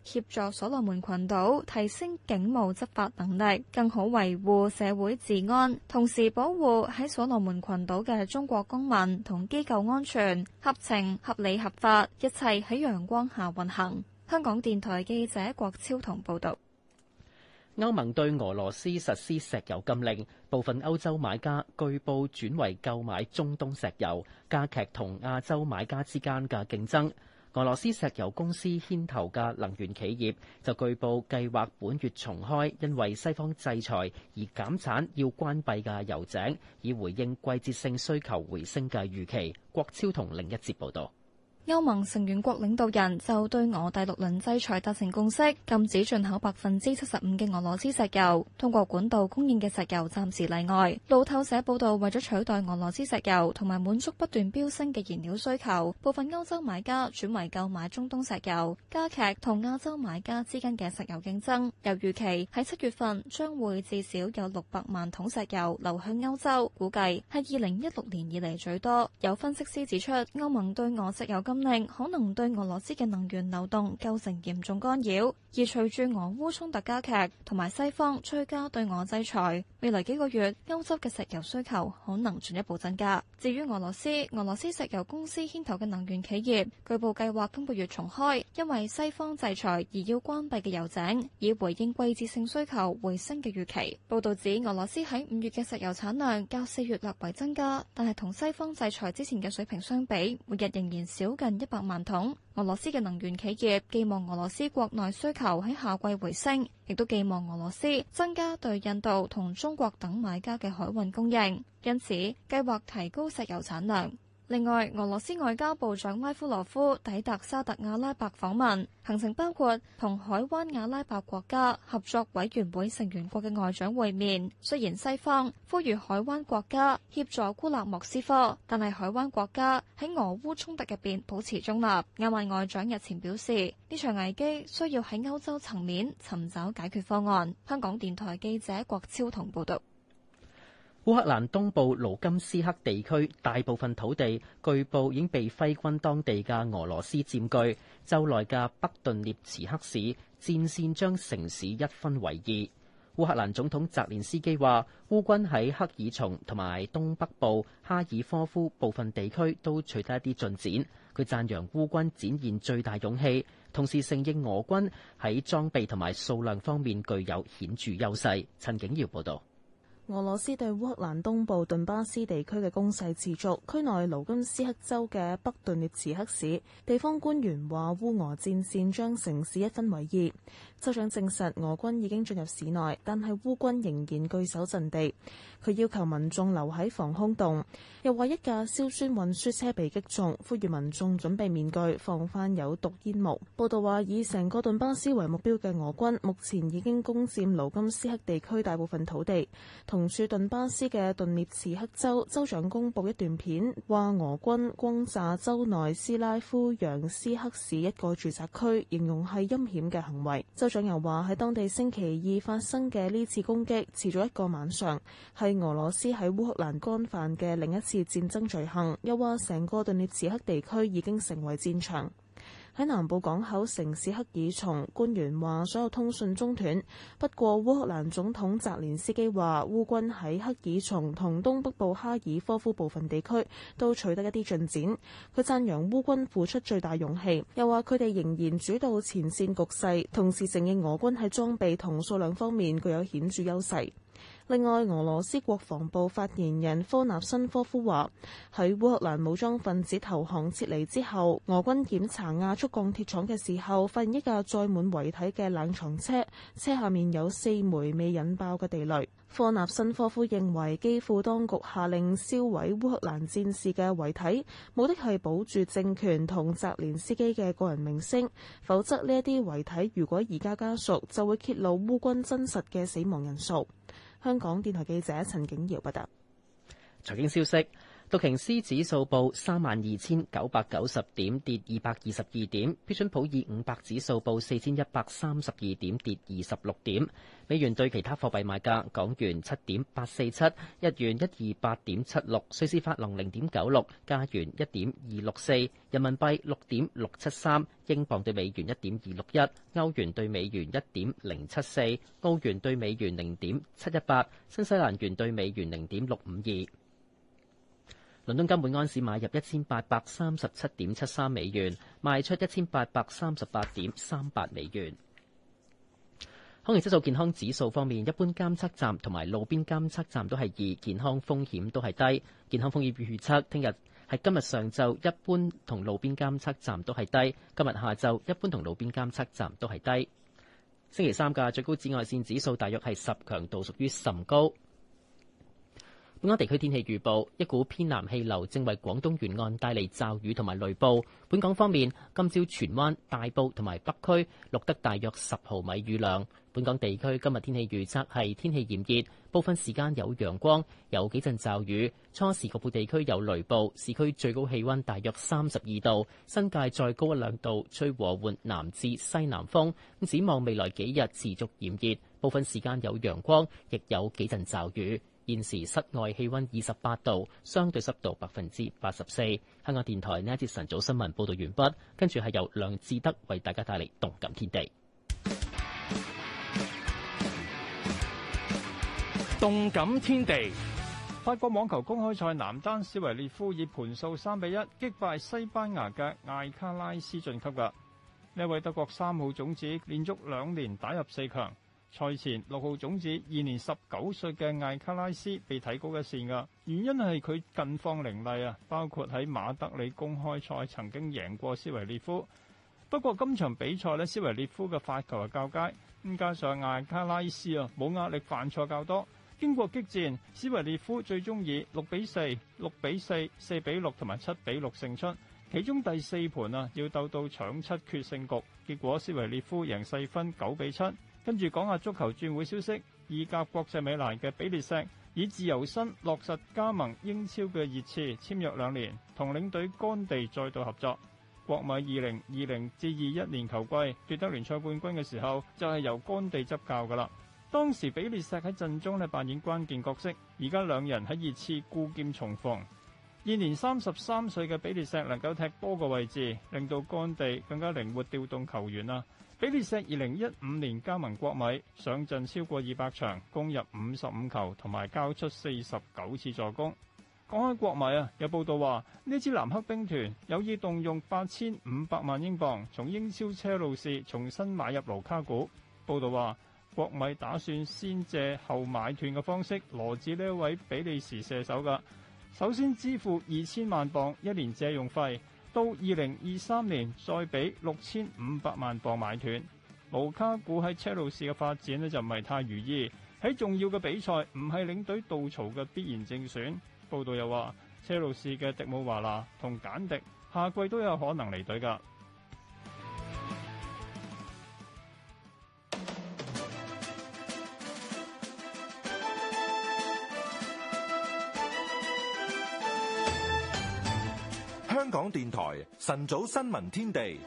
Speaker 2: 協助所羅門群島提升警務執法能力，更好維護社會治安，同時保護喺所羅門群島嘅中國公民同機構安全，合情、合理、合法，一切喺陽光下運行。香港電台記者郭超同報道。
Speaker 16: 歐盟對俄羅斯實施石油禁令，部分歐洲買家據報轉為購買中東石油，加劇同亞洲買家之間嘅競爭。俄羅斯石油公司牽頭嘅能源企業就據報計劃本月重開因為西方制裁而減產要關閉嘅油井，以回應季節性需求回升嘅預期。郭超同另一節報導。
Speaker 2: 歐盟成員國領導人就對俄第六輪制裁達成共識，禁止進口百分之七十五嘅俄羅斯石油，通過管道供應嘅石油暫時例外。路透社報道，為咗取代俄羅斯石油同埋滿足不斷飆升嘅燃料需求，部分歐洲買家轉為購買中東石油，加劇同亞洲買家之間嘅石油競爭。又預期喺七月份將會至少有六百萬桶石油流向歐洲，估計係二零一六年以嚟最多。有分析師指出，歐盟對俄石油禁令可能對俄羅斯嘅能源流動構成嚴重干擾，而隨住俄烏衝突加劇同埋西方追加對俄制裁，未來幾個月歐洲嘅石油需求可能進一步增加。至於俄羅斯，俄羅斯石油公司牽頭嘅能源企業據報計劃今個月重開因為西方制裁而要關閉嘅油井，以回應季節性需求回升嘅預期。報道指俄羅斯喺五月嘅石油產量較四月略為增加，但係同西方制裁之前嘅水平相比，每日仍然少近一百萬桶。俄羅斯嘅能源企業寄望俄羅斯國內需求喺夏季回升，亦都寄望俄羅斯增加對印度同中國等買家嘅海運供應，因此計劃提高石油產量。另外，俄羅斯外交部長拉夫羅夫抵達沙特阿拉伯訪問，行程包括同海灣阿拉伯國家合作委員會成員國嘅外長會面。雖然西方呼籲海灣國家協助孤立莫斯科，但係海灣國家喺俄烏衝突入邊保持中立。亞曼外長日前表示，呢場危機需要喺歐洲層面尋找解決方案。香港電台記者郭超同報道。
Speaker 16: 烏克蘭東部盧甘斯克地區大部分土地據報已經被揮軍當地嘅俄羅斯佔據，州內嘅北頓涅茨克市戰線將城市一分為二。烏克蘭總統澤連斯基話，烏軍喺克爾松同埋東北部哈爾科夫部分地區都取得一啲進展。佢讚揚烏軍展現最大勇氣，同時承認俄軍喺裝備同埋數量方面具有顯著優勢。陳景堯報道。
Speaker 19: 俄羅斯對烏克蘭東部頓巴斯地區嘅攻勢持續，區內盧甘斯克州嘅北頓涅茨克市地方官員話，烏俄戰線將城市一分為二。州長證實俄軍已經進入市內，但係烏軍仍然據守陣地。佢要求民眾留喺防空洞，又話一架硝酸運輸車被擊中，呼籲民眾準備面具，防範有毒煙霧。報道話，以成個頓巴斯為目標嘅俄軍目前已經攻佔盧甘斯克地區大部分土地。同處頓巴斯嘅頓涅茨克州州長公布一段片，話俄軍轟炸州內斯拉夫揚斯克市一個住宅區，形容係陰險嘅行為。州長又話喺當地星期二發生嘅呢次攻擊持續一個晚上，係俄羅斯喺烏克蘭干犯嘅另一次戰爭罪行。又話成個頓涅茨克地區已經成為戰場。喺南部港口城市克爾松，官員話所有通訊中斷。不過烏克蘭總統澤連斯基話，烏軍喺克爾松同東北部哈爾科夫部分地區都取得一啲進展。佢讚揚烏軍付出最大勇氣，又話佢哋仍然主導前線局勢，同時承認俄軍喺裝備同數量方面具有顯著優勢。另外，俄羅斯國防部發言人科納申科夫話，喺烏克蘭武裝分子投降撤離之後，俄軍檢查亞速鋼鐵廠嘅時候，發現一架載滿遺體嘅冷藏車，車下面有四枚未引爆嘅地雷。科納申科夫認為，基輔當局下令燒毀烏克蘭戰士嘅遺體，目的係保住政權同澤連斯基嘅個人名聲，否則呢一啲遺體如果移交家屬，就會揭露烏軍真實嘅死亡人數。香港電台記者陳景瑤報道。
Speaker 16: 財經消息： 道瓊斯指數報三萬二千九百九十點，跌二百二十二點。標準普爾五百指數報四千一百三十二點，跌二十六點。美元對其他貨幣賣價：港元七點八四七，日元一二八點七六，瑞士法郎零點九六，加元一點二六四，人民幣六點六七三，英鎊對美元一點二六一，歐元對美元一點零七四，澳元對美元零點七一八，新西蘭元對美元零點六五二。倫敦金每安士買入一千八百三十七點七三美元，賣出一千八百三十八點三八美元。空氣質素健康指數方面，一般監測站同埋路邊監測站都係二，健康風險都係低。健康風險預測，聽日係今日上晝一般同路邊監測站都係低，今日下晝一般同路邊監測站都係低。星期三嘅最高紫外線指數大約係十，強度屬於甚高。本港地區天氣預報，一股偏南氣流正為廣東沿岸帶嚟驟雨同埋雷暴。本港方面，今朝荃灣、大埔同埋北區錄得大約十毫米雨量。本港地區今日天氣預測係天氣炎熱，部分時間有陽光，有幾陣驟雨，初時局部地區有雷暴。市區最高氣溫大約三十二度，新界再高一兩度，吹和緩南至西南風。咁展望未來幾日持續炎熱，部分時間有陽光，亦有幾陣驟雨。現時室外氣溫二十八度，相對濕度百分之八十四。香港電台呢一節晨早新聞報道完畢，跟住係由梁志德為大家帶嚟動感天地。
Speaker 9: 動感天地，法國網球公開賽男單史維列夫以盤數三比一擊敗西班牙嘅艾卡拉斯晉級嘅。呢位德國三號種子連續兩年打入四強。賽前六號種子現年十九歲嘅艾卡拉斯被睇高一線㗎，原因係佢近況凌厲啊，包括喺馬德里公開賽曾經贏過斯維列夫。不過今場比賽呢，斯維列夫嘅發球係較佳，咁加上艾卡拉斯啊冇壓力犯錯較多。經過激戰，斯維列夫最終以六比四、六比四、四比六同埋七比六勝出，其中第四盤啊要鬥到搶七決勝局，結果斯維列夫贏細分九比七。跟住講下足球轉會消息，意甲國際米蘭嘅比列石以自由身落實加盟英超嘅熱刺，簽約兩年，同領隊干地再度合作。國米二零二零至二一年球季奪得聯賽冠軍嘅時候，就係由干地執教噶啦。當時比列石喺陣中咧扮演關鍵角色，而家兩人喺熱刺故劍重逢。現年三十三歲嘅比列石能夠踢多個位置，令到干地更加靈活調動球員啦。比列石二零一五年加盟國米，上陣超過二百場，攻入五十五球，同埋交出四十九次助攻。講開國米啊，有報道話呢支藍黑兵團有意動用八千五百萬英鎊從英超車路士重新買入盧卡古。報道話國米打算先借後買斷嘅方式羅致呢一位比利時射手㗎，首先支付二千萬鎊一年借用費。到二零二三年再俾六千五百萬鎊買斷。盧卡古喺車路士嘅發展呢就唔係太如意，喺重要嘅比賽唔係領隊杜曹嘅必然正選。報道又話車路士嘅迪姆華拿同簡迪下季都有可能離隊㗎。
Speaker 1: 香港電台晨早新聞天地，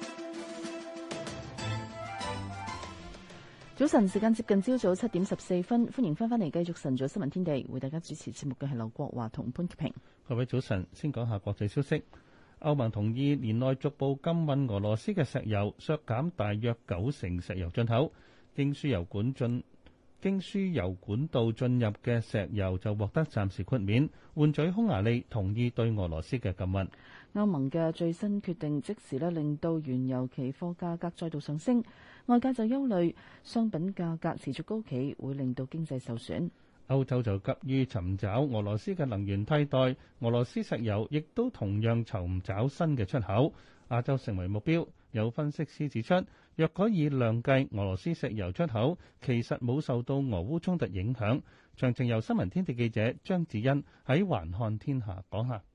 Speaker 3: 早晨時間接近朝早七點十四分，歡迎翻返嚟繼續晨早新聞天地，為大家主持節目嘅係劉國華同潘潔平。
Speaker 4: 各位早晨，先講下國際消息。歐盟同意年內逐步禁運俄羅斯嘅石油，削減大約九成石油進口，經輸油管進。經輸油管道進入嘅石油就獲得暫時豁免，換取匈牙利同意對俄羅斯嘅禁運。
Speaker 3: 歐盟嘅最新決定即時咧令到原油期貨價格再度上升，外界就憂慮商品價格持續高企會令到經濟受損。
Speaker 4: 歐洲就急於尋找俄羅斯嘅能源替代，俄羅斯石油亦都同樣尋找新嘅出口，亞洲成為目標。有分析師指出，若果以量計，俄羅斯石油出口其實冇受到俄烏衝突影響。詳情由新聞天地記者張子欣喺環看天下講下。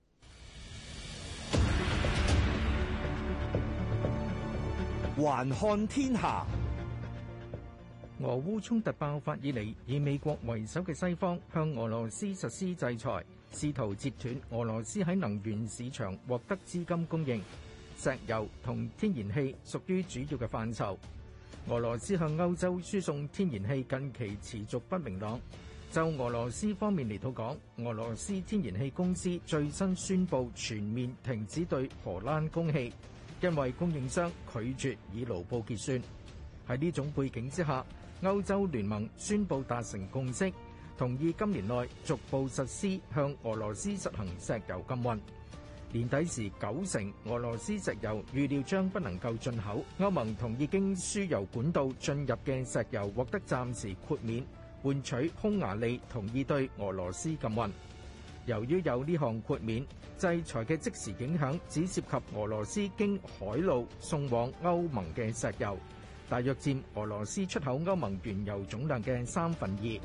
Speaker 20: 環看天下。俄烏衝突爆發以嚟，以美國為首嘅西方向俄羅斯實施制裁。
Speaker 21: 試圖截斷俄羅斯喺能源市場獲得資金供應。石油同天然氣屬於主要嘅範疇。俄羅斯向歐洲輸送天然氣近期持續不明朗。就俄羅斯方面嚟到講，俄羅斯天然氣公司最新宣布全面停止對荷蘭供氣，因為供應商拒絕以盧布結算。喺呢種背景之下，歐洲聯盟宣布達成共識，同意今年內逐步實施向俄羅斯實行石油禁運。年底時九成俄羅斯石油預料將不能夠進口，歐盟同意經輸油管道進入嘅石油獲得暫時豁免，換取匈牙利同意對俄羅斯禁運。由於有呢項豁免，制裁嘅即時影響只涉及俄羅斯經海路送往歐盟嘅石油，大約佔俄羅斯出口歐盟原油總量嘅三分二。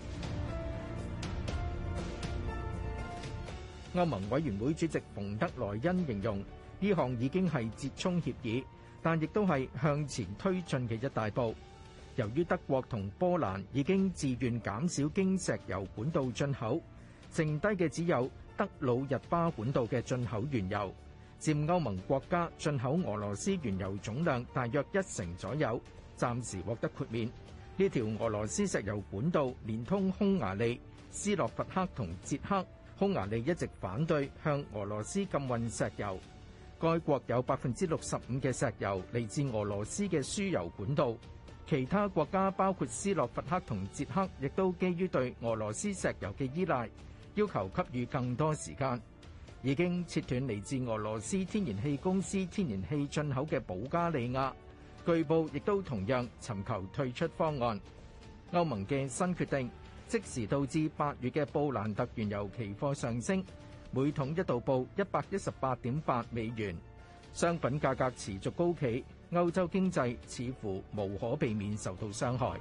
Speaker 21: 歐盟委員會主席馮德萊恩形容呢項已經係折衷協議，但亦都係向前推進嘅一大步。由於德國同波蘭已經自願減少經石油管道進口，剩低嘅只有德魯日巴管道嘅進口原油，佔歐盟國家進口俄羅斯原油總量大約一成左右，暫時獲得豁免。呢條俄羅斯石油管道連通匈牙利、斯洛伐克同捷克。匈牙利一直反對向俄羅斯禁運石油，該國有百分之六十五嘅石油嚟自俄羅斯嘅輸油管道。其他國家包括斯洛伐克同捷克，亦都基於對俄羅斯石油嘅依賴，要求給予更多時間。已經切斷嚟自俄羅斯天然氣公司天然氣進口嘅保加利亞，據報亦都同樣尋求退出方案。歐盟嘅新決定即時導致八月嘅布蘭特原油期貨上升，每桶一度報一百一十八點八美元。商品價格持續高企，歐洲經濟似乎無可避免受到傷害。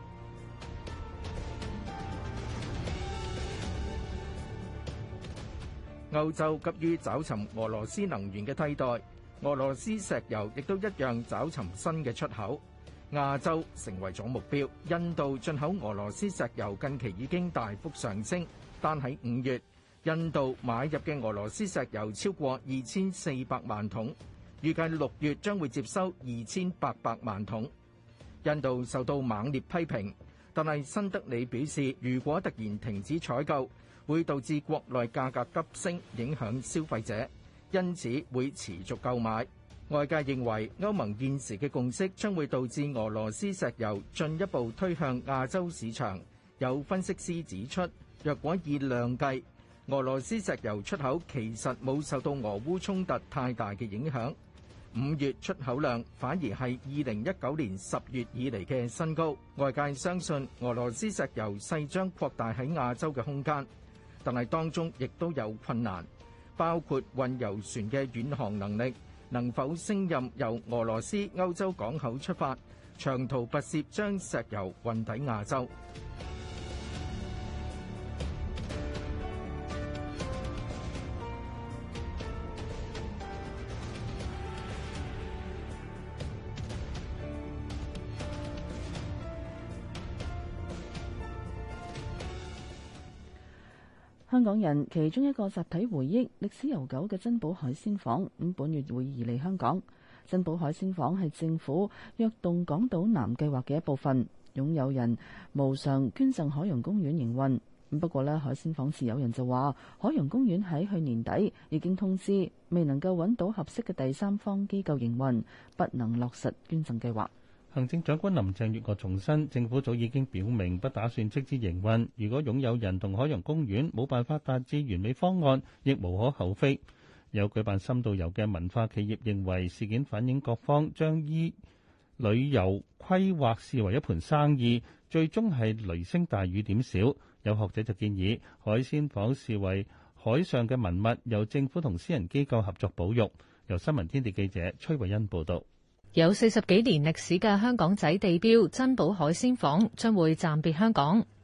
Speaker 21: 歐洲急於找尋俄羅斯能源嘅替代，俄羅斯石油亦都一樣找尋新嘅出口。亞洲成為咗目標，印度進口俄羅斯石油近期已經大幅上升，但喺五月，印度買入嘅俄羅斯石油超過二千四百萬桶，預計六月將會接收二千八百萬桶。印度受到猛烈批評，但係新德里表示，如果突然停止採購，會導致國內價格急升，影響消費者，因此會持續購買。外界認為歐盟現時嘅共識將會導致俄羅斯石油進一步推向亞洲市場。有分析師指出，若果以量計，俄羅斯石油出口其實冇受到俄烏衝突太大嘅影響。五月出口量反而係二零一九年十月以嚟嘅新高。外界相信俄羅斯石油勢將擴大喺亞洲嘅空間，但係當中亦都有困難，包括運油船嘅遠航能力。能否勝任由俄羅斯歐洲港口出發，長途跋涉將石油運抵亞洲？
Speaker 3: 香港人其中一個集體回憶歷史悠久嘅珍寶海鮮舫，咁本月會移離香港。珍寶海鮮舫係政府躍動港島南計劃嘅一部分，擁有人無償捐贈海洋公園營運。不過呢，海鮮舫持有人就話，海洋公園喺去年底已經通知，未能夠揾到合適嘅第三方機構營運，不能落實捐贈計劃。
Speaker 4: 行政長官林鄭月娥重申，政府早已經表明不打算即時營運。如果擁有人同海洋公園冇辦法達至完美方案，亦無可厚非。有舉辦深度遊嘅文化企業認為，事件反映各方將依旅遊規劃視為一盤生意，最終係雷聲大雨點小。有學者就建議，海鮮舫視為海上嘅文物，由政府同私人機構合作保育。由新聞天地記者崔慧欣報道。
Speaker 22: 有四十幾年歷史嘅香港仔地標珍寶海鮮舫將會暫別香港。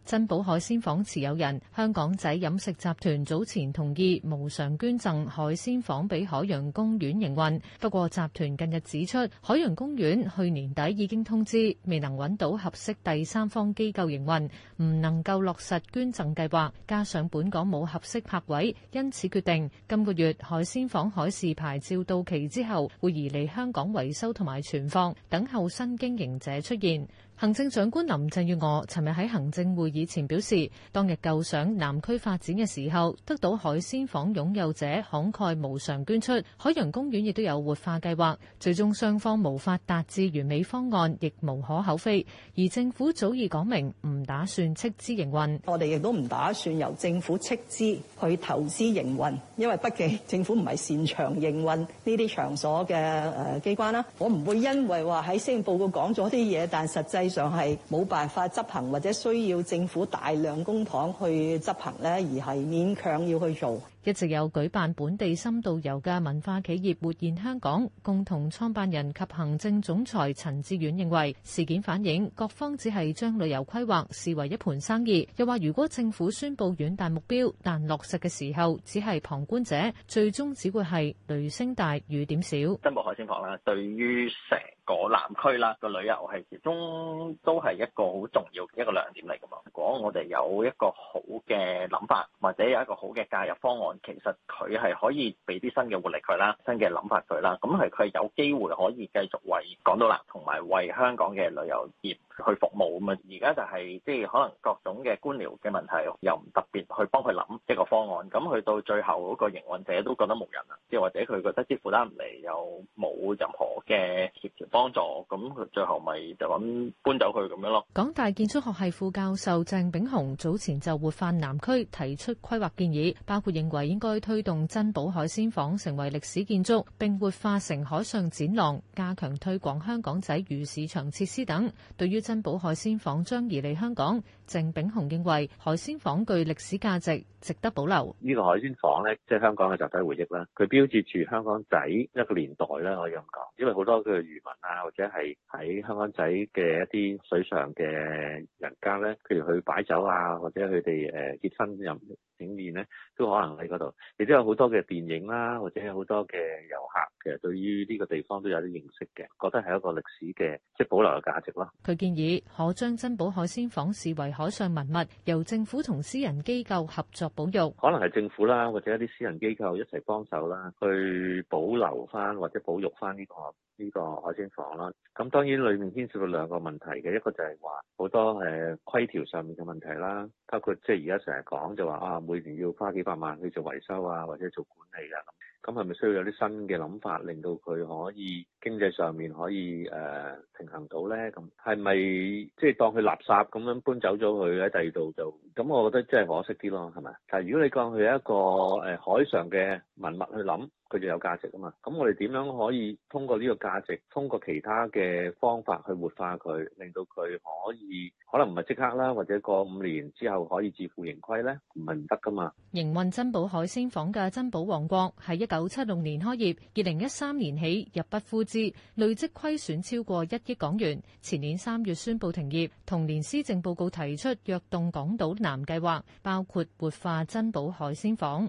Speaker 8: 珍寶海鮮舫持有人香港仔飲食集團早前同意無償捐贈海鮮舫俾海洋公園營運，不過集團近日指出，海洋公園去年底已經通知未能揾到合適第三方機構營運，唔能夠落實捐贈計劃，加上本港冇合適泊位，因此決定今個月海鮮舫海事牌照到期之後，會移離香港維修同埋存放，等候新經營者出現。行政長官林鄭月娥尋日喺行政會議前表示，當日構想南區發展嘅時候，得到海鮮舫擁有者慷慨無償捐出，海洋公園亦都有活化計劃，最終雙方無法達至完美方案，亦無可厚非。而政府早已講明唔打算斥資營運，
Speaker 22: 我哋亦都唔打算由政府斥資去投資營運，因為畢竟政府唔係擅長營運呢啲場所嘅誒機關啦。我唔會因為話喺施政報告講咗啲嘢，但實際上係冇辦法執行，或者需要政府大量公帑去執行咧，而係勉強要去做。
Speaker 8: 一直有舉辦本地深度遊嘅文化企業活現香港共同創辦人及行政總裁陳志遠認為，事件反映各方只係將旅遊規劃視為一盤生意。又話如果政府宣佈遠大目標，但落實嘅時候只係旁觀者，最終只會係雷聲大雨點少。
Speaker 23: 珍寶海鮮舫啦，對於成個南區啦個旅遊係始終都係一個好重要嘅一個亮點嚟㗎嘛。如果我哋有一個好嘅諗法，或者有一個好嘅介入方案，其實佢係可以俾啲新嘅活力佢啦，新嘅諗法佢啦，咁係佢有機會可以繼續為港島南同埋為香港嘅旅遊業去服務咁啊！而家就係即係可能各種嘅官僚嘅問題，又唔特別去幫佢諗一個方案，咁去到最後嗰個營運者都覺得冇人啦，即係或者佢覺得啲負擔唔嚟，又冇任何嘅協調幫助，咁佢最後咪就咁搬走佢咁樣咯。
Speaker 8: 港大建築學系副教授鄭炳雄早前就活化南區提出規劃建議，包括認為應該推動珍寶海鮮舫成為歷史建築，並活化成海上展廊，加強推廣香港仔魚市場設施等。對於珍寶海鮮舫將移離香港，鄭炳雄認為海鮮舫具歷史價值，值得保留。
Speaker 24: 呢個海鮮舫咧，即係香港嘅集體回憶啦。佢標誌住香港仔一個年代咧，可以咁講。因為好多嘅漁民啊，或者係喺香港仔嘅一啲水上嘅人家咧，譬如去擺酒啊，或者佢哋誒結婚飲整宴咧，都可能喺嗰度。亦都有好多嘅電影啦，或者有好多嘅遊客其實對於呢個地方都有啲認識嘅，覺得係一個歷史嘅即係保留嘅價值咯。
Speaker 8: 佢建議可將珍寶海鮮舫視為海上文物，由政府同私人機構合作保育。
Speaker 24: 可能係政府啦，或者一啲私人機構一齊幫手啦，去保留翻或者保育翻呢個呢個海鮮舫啦。咁當然裏面牽涉到兩個問題嘅，一個就係話好多誒規條上面嘅問題啦，包括即係而家成日講就話啊，每年要花幾百萬去做維修啊，或者做管理啊咁。咁係咪需要有啲新嘅諗法，令到佢可以經濟上面可以誒、呃、平衡到咧？咁係咪即係當佢垃圾咁樣搬走咗佢喺第二度就？咁我覺得真係可惜啲咯，係咪？但係如果你當佢係一個誒、呃、海上嘅文物去諗，佢就有價值啊嘛。咁我哋點樣可以通過呢個價值，通過其他嘅方法去活化佢，令到佢可以可能唔係即刻啦，或者過五年之後可以自負盈虧咧？唔係唔得噶嘛。
Speaker 8: 營運珍寶海鮮舫嘅珍寶王國喺一九七六年開業，二零一三年起入不敷支，累積虧損超過一億港元。前年三月宣布停業，同年施政報告提出躍動港島南計劃，包括活化珍寶海鮮舫。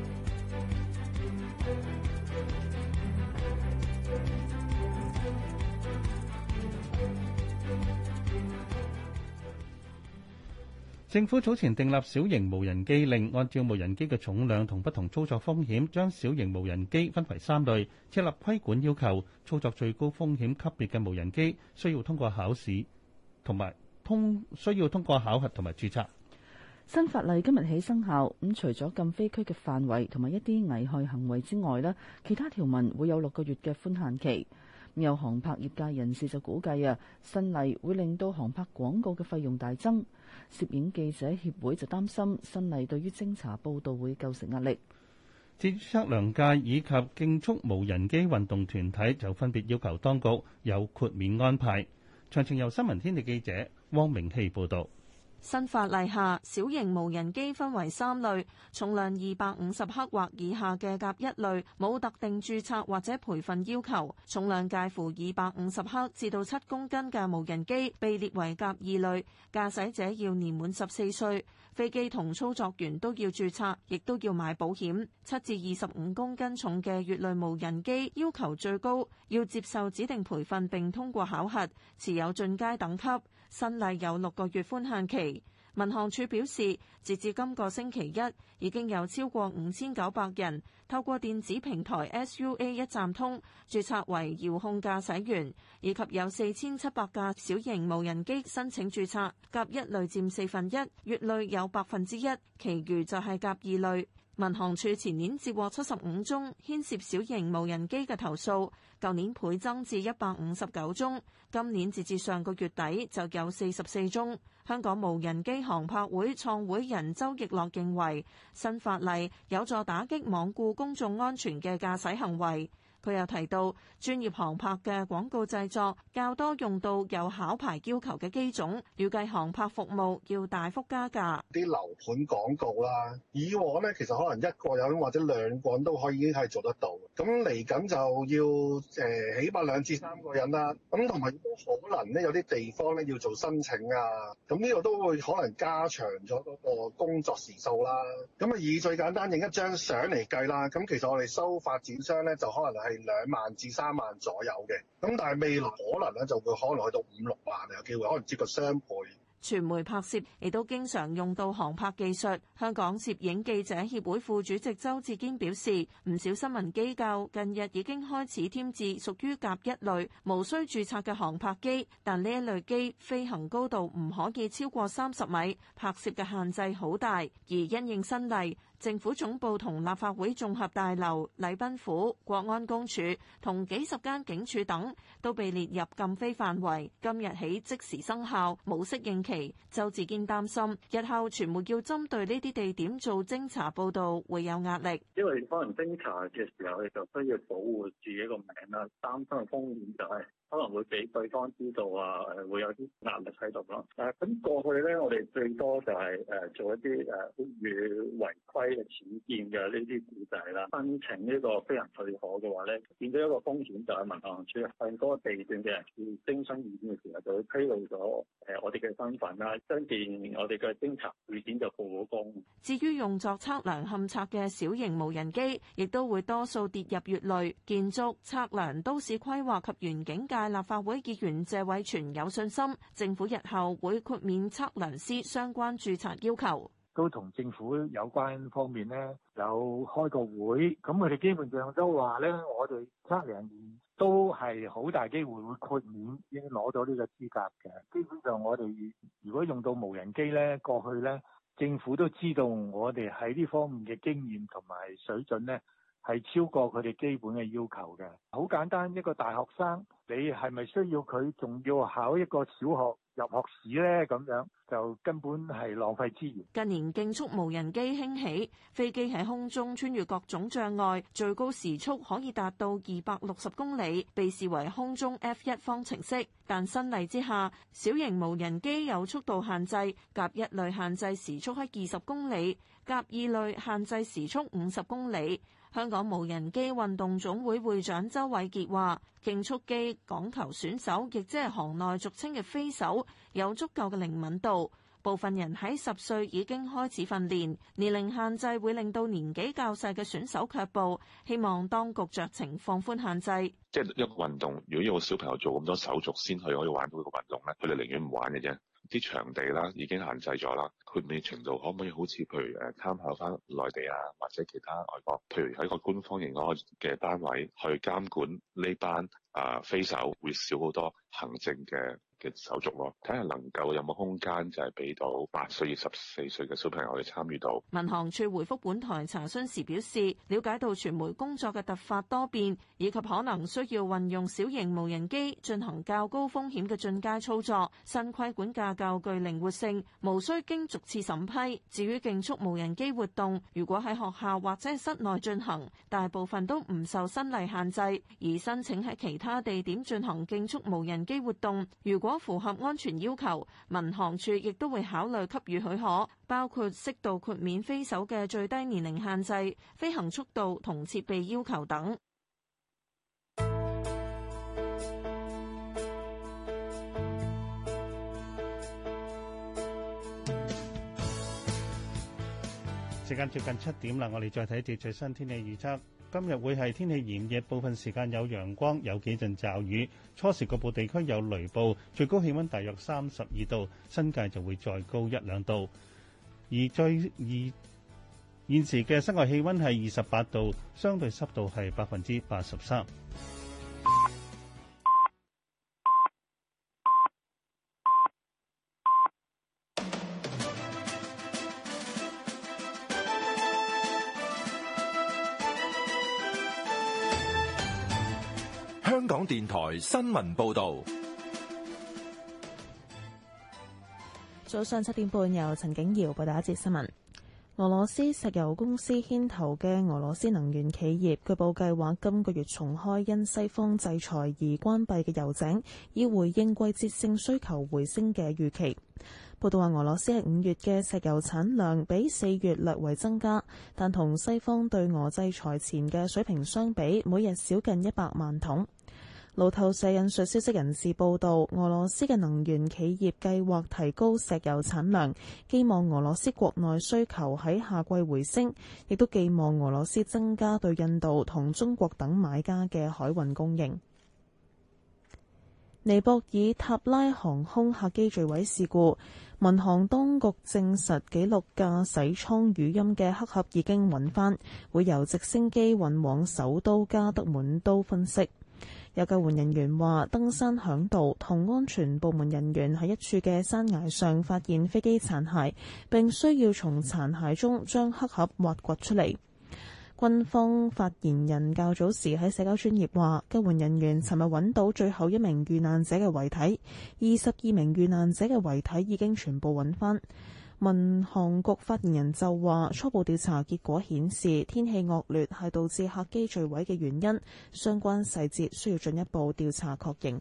Speaker 4: 政府早前訂立小型無人機令，按照無人機嘅重量同不同操作風險，將小型無人機分為三類，設立規管要求。操作最高風險級別嘅無人機需要通過考試，同埋通需要通過考核同埋註冊。
Speaker 3: 新法例今日起生效，咁除咗禁飛區嘅範圍同埋一啲危害行為之外咧，其他條文會有六個月嘅寬限期。有航拍業界人士就估計啊，新例會令到航拍廣告嘅費用大增。攝影記者協會就擔心新例對於偵查報導會構成壓力。
Speaker 4: 至於測量界以及競速無人機運動團體就分別要求當局有豁免安排。詳情由新聞天地記者汪明熙報導。
Speaker 6: 新法例下，小型無人機分為三類，重量二百五十克或以下嘅甲一類，冇特定註冊或者培訓要求；重量介乎二百五十克至到七公斤嘅無人機被列為甲二類，駕駛者要年滿十四歲，飛機同操作員都要註冊，亦都要買保險。七至二十五公斤重嘅乙類無人機要求最高，要接受指定培訓並通過考核，持有進階等級。新例有六個月寬限期。民航處表示，截至今個星期一，已經有超過五千九百人透過電子平台 S U A 一站通註冊為遙控駕駛員，以及有四千七百架小型無人機申請註冊，甲一類佔四分一，乙類有百分之一，其餘就係甲二類。民航處前年接獲七十五宗牽涉小型無人機嘅投訴，舊年倍增至一百五十九宗，今年截至上個月底就有四十四宗。香港無人機航拍會創會人周奕樂認為，新法例有助打擊罔顧公眾安全嘅駕駛行為。佢又提到，專業航拍嘅廣告製作較多用到有考牌要求嘅機種，預計航拍服務要大幅加價。
Speaker 7: 啲樓盤廣告啦，以往呢其實可能一個人或者兩個人都可以已經係做得到，咁嚟緊就要誒、呃、起碼兩至三個人啦。咁同埋都可能呢有啲地方呢要做申請啊，咁呢度都會可能加長咗嗰個工作時數啦。咁啊以最簡單影一張相嚟計啦，咁其實我哋收發展商呢就可能係兩萬至三萬左右嘅，咁但係未來可能咧就會可能去到五六萬，有機會可能接近雙倍。
Speaker 6: 傳媒拍攝亦都經常用到航拍技術。香港攝影記者協會副主席周志堅表示，唔少新聞機構近日已經開始添置屬於甲一類無需註冊嘅航拍機，但呢一類機飛行高度唔可以超過三十米，拍攝嘅限制好大。而因應新例，政府總部同立法會綜合大樓、禮賓府、國安公署同幾十間警署等都被列入禁飛範圍，今日起即時生效，冇適應期。周志堅擔心，日後傳媒要針對呢啲地點做偵查報導，會有壓力。
Speaker 10: 因為可能偵查嘅時候，你就需要保護自己個名啦，擔心嘅風險就係可能會俾對方知道啊，誒會有啲壓力喺度咯。誒咁過去咧，我哋最多就係誒做一啲誒呼籲違規嘅僭建嘅呢啲古仔啦。申請呢個飛行許可嘅話咧，變咗一個風險就係民航處向嗰個地段嘅人士徵詢意見嘅時候，就會披露咗誒我哋嘅身份啦，將件我哋嘅偵查事件就曝咗光。
Speaker 6: 至於用作測量勘測嘅小型無人機，亦都會多數跌入乙類。建築、測量、都市規劃及園境界立法會議員謝偉銓有信心，政府日後會豁免測量師相關註冊要求。
Speaker 11: 都同政府有關方面呢有開個會，咁佢哋基本上都話呢，我哋測量員都係好大機會會豁免，已經攞到呢個資格嘅。基本上我哋如果用到無人機呢，過去呢政府都知道我哋喺呢方面嘅經驗同埋水準呢係超過佢哋基本嘅要求嘅。好簡單，一個大學生，你係咪需要佢仲要考一個小學入學試呢？咁樣就根本係浪費資源。
Speaker 6: 近年競速無人機興起，飛機喺空中穿越各種障礙，最高時速可以達到二百六十公里，被視為空中 F 一方程式。但新例之下，小型無人機有速度限制，甲一類限制時速喺二十公里，甲二類限制時速五十公里。香港無人機運動總會會長周偉傑話，競速機講求選手，亦即係行內俗稱嘅飛手，有足夠嘅靈敏度。部分人喺十歲已經開始訓練，年齡限制會令到年紀較細嘅選手卻步。希望當局酌情放寬限制。
Speaker 25: 即係一個運動，如果要個小朋友做咁多手續先去可以玩到呢個運動咧，佢哋寧願唔玩嘅啫。啲場地啦已經限制咗啦，豁免程度可唔可以好似譬如誒參考翻內地啊或者其他外國，譬如喺個官方認可嘅單位去監管呢班啊飛手，會少好多行政嘅嘅手續咯。睇下能夠有冇空間就係俾到八歲至十四歲嘅小朋友去參與到。
Speaker 6: 民航處回覆本台查詢時表示，了解到傳媒工作嘅突發多變，以及可能需要運用小型無人機進行較高風險嘅進階操作，新規管架構具靈活性，無需經逐次審批。至於競速無人機活動，如果喺學校或者係室內進行，大部分都唔受新例限制。而申請喺其他地點進行競速無人機活動，如果果符合安全要求，民航處亦都會考慮給予許可，包括適度豁免飛手嘅最低年齡限制、飛行速度同設備要求等。
Speaker 4: 時間接近七點啦，我哋再睇一節最新天氣預測。今日會係天氣炎熱，部分時間有陽光，有幾陣驟雨。初時局部地區有雷暴，最高氣溫大約三十二度，新界就會再高一兩度。而最而現時嘅室外氣溫係二十八度，相對濕度係百分之八十三。
Speaker 1: 香港電台新聞報道，
Speaker 19: 早上七點半由陳景堯報道一節新聞。俄羅斯石油公司牽頭嘅俄羅斯能源企業，據報計劃今個月重開因西方制裁而關閉嘅油井，以回應季節性需求回升嘅預期。報道話，俄羅斯喺五月嘅石油產量比四月略為增加，但同西方對俄制裁前嘅水平相比，每日少近一百萬桶。路透社引述消息人士報道，俄羅斯嘅能源企業計劃提高石油產量，希望俄羅斯國內需求喺夏季回升，亦都寄望俄羅斯增加對印度同中國等買家嘅海運供應。尼泊爾塔拉航空客機墜毀事故，民航當局證實記錄駕駛艙語音嘅黑盒已經揾返，會由直升機運往首都加德滿都分析。有救援人員話，登山響度同安全部門人員喺一處嘅山崖上發現飛機殘骸，並需要從殘骸中將黑盒挖掘出嚟。軍方發言人較早時喺社交專頁話，救援人員尋日揾到最後一名遇難者嘅遺體，二十二名遇難者嘅遺體已經全部揾返。民航局發言人就話，初步調查結果顯示天氣惡劣係導致客機墜毀嘅原因，相關細節需要進一步調查確認。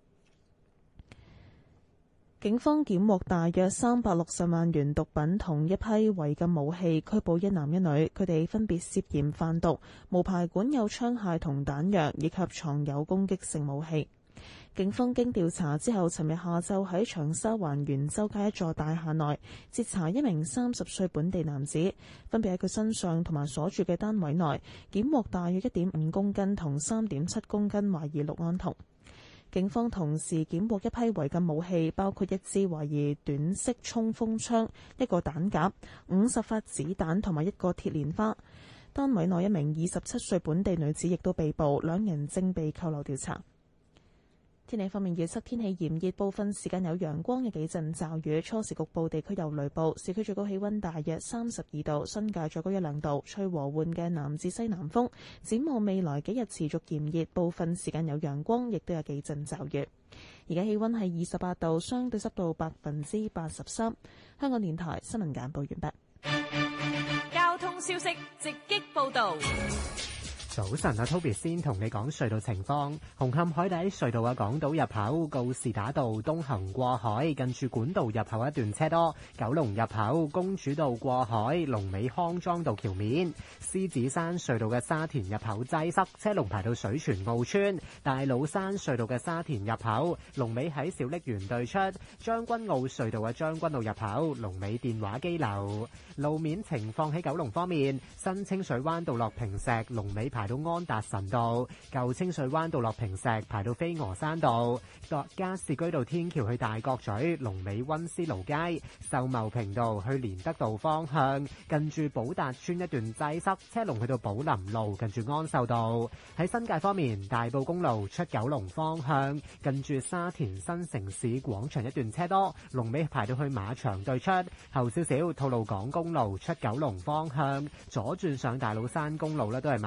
Speaker 19: 警方檢獲大約三百六十萬元毒品同一批違禁武器，拘捕一男一女，佢哋分別涉嫌販毒、無牌管有槍械同彈藥以及藏有攻擊性武器。警方經調查之後，尋日下晝喺長沙灣元州街一座大廈內截查一名三十歲本地男子，分別喺佢身上同埋所住嘅單位內檢獲大約一點五公斤同三點七公斤懷疑氯胺酮。警方同時檢獲一批違禁武器，包括一支懷疑短式衝鋒槍、一個彈夾、五十發子彈同埋一個鐵蓮花。單位內一名二十七歲本地女子亦都被捕，兩人正被扣留調查。天氣方面，預測天氣炎熱，部分時間有陽光嘅幾陣驟雨，初時局部地區有雷暴。市區最高氣溫大約三十二度，新界再高一兩度，吹和緩嘅南至西南風。展望未來幾日持續炎熱，部分時間有陽光，亦都有幾陣驟雨。而家氣溫係二十八度，相對濕度百分之八十三。香港電台新聞簡報完畢。
Speaker 5: 交通消息直擊報道。
Speaker 12: 早晨啊 ，Toby 先同你講隧道情況。紅磡海底隧道嘅港島入口告士打道東行過海，近住管道入口一段車多；九龍入口公主道過海，龍尾康莊道橋面；獅子山隧道嘅沙田入口擠塞，車龍排到水泉澳村；大老山隧道嘅沙田入口龍尾喺小瀝源對出；將軍澳隧道嘅將軍澳入口龍尾電話機樓。路面情況喺九龍方面，新清水灣道落坪石龍尾排到安達臣道，舊清水灣道落坪石排到飛鵝山道，加士居道天橋去大角咀龍尾溫思勞街，秀茂坪道去連德道方向近住寶達村一段擠塞，車龍去到寶林路近住安秀道。喺新界方面，大埔公路出九龍方向近住沙田新城市廣場一段車多，龍尾排到去馬場對出，後少少吐露港公路出九龍方向左轉上大老山公路咧都係慢車。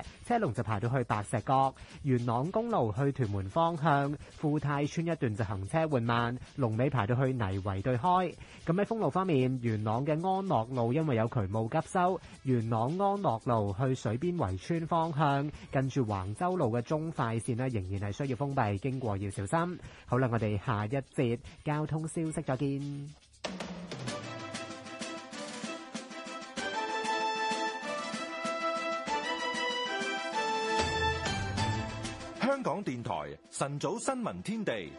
Speaker 12: 車龍就排到去白石角。元朗公路去屯門方向，富泰村一段就行車緩慢，龍尾排到去泥圍對開。咁喺封路方面，元朗嘅安樂路因為有渠務急修，元朗安樂路去水邊圍村方向，近住橫洲路嘅中快線呢，仍然係需要封閉，經過要小心。好啦，我哋下一節交通消息再見。
Speaker 1: 香港電台晨早新聞天地。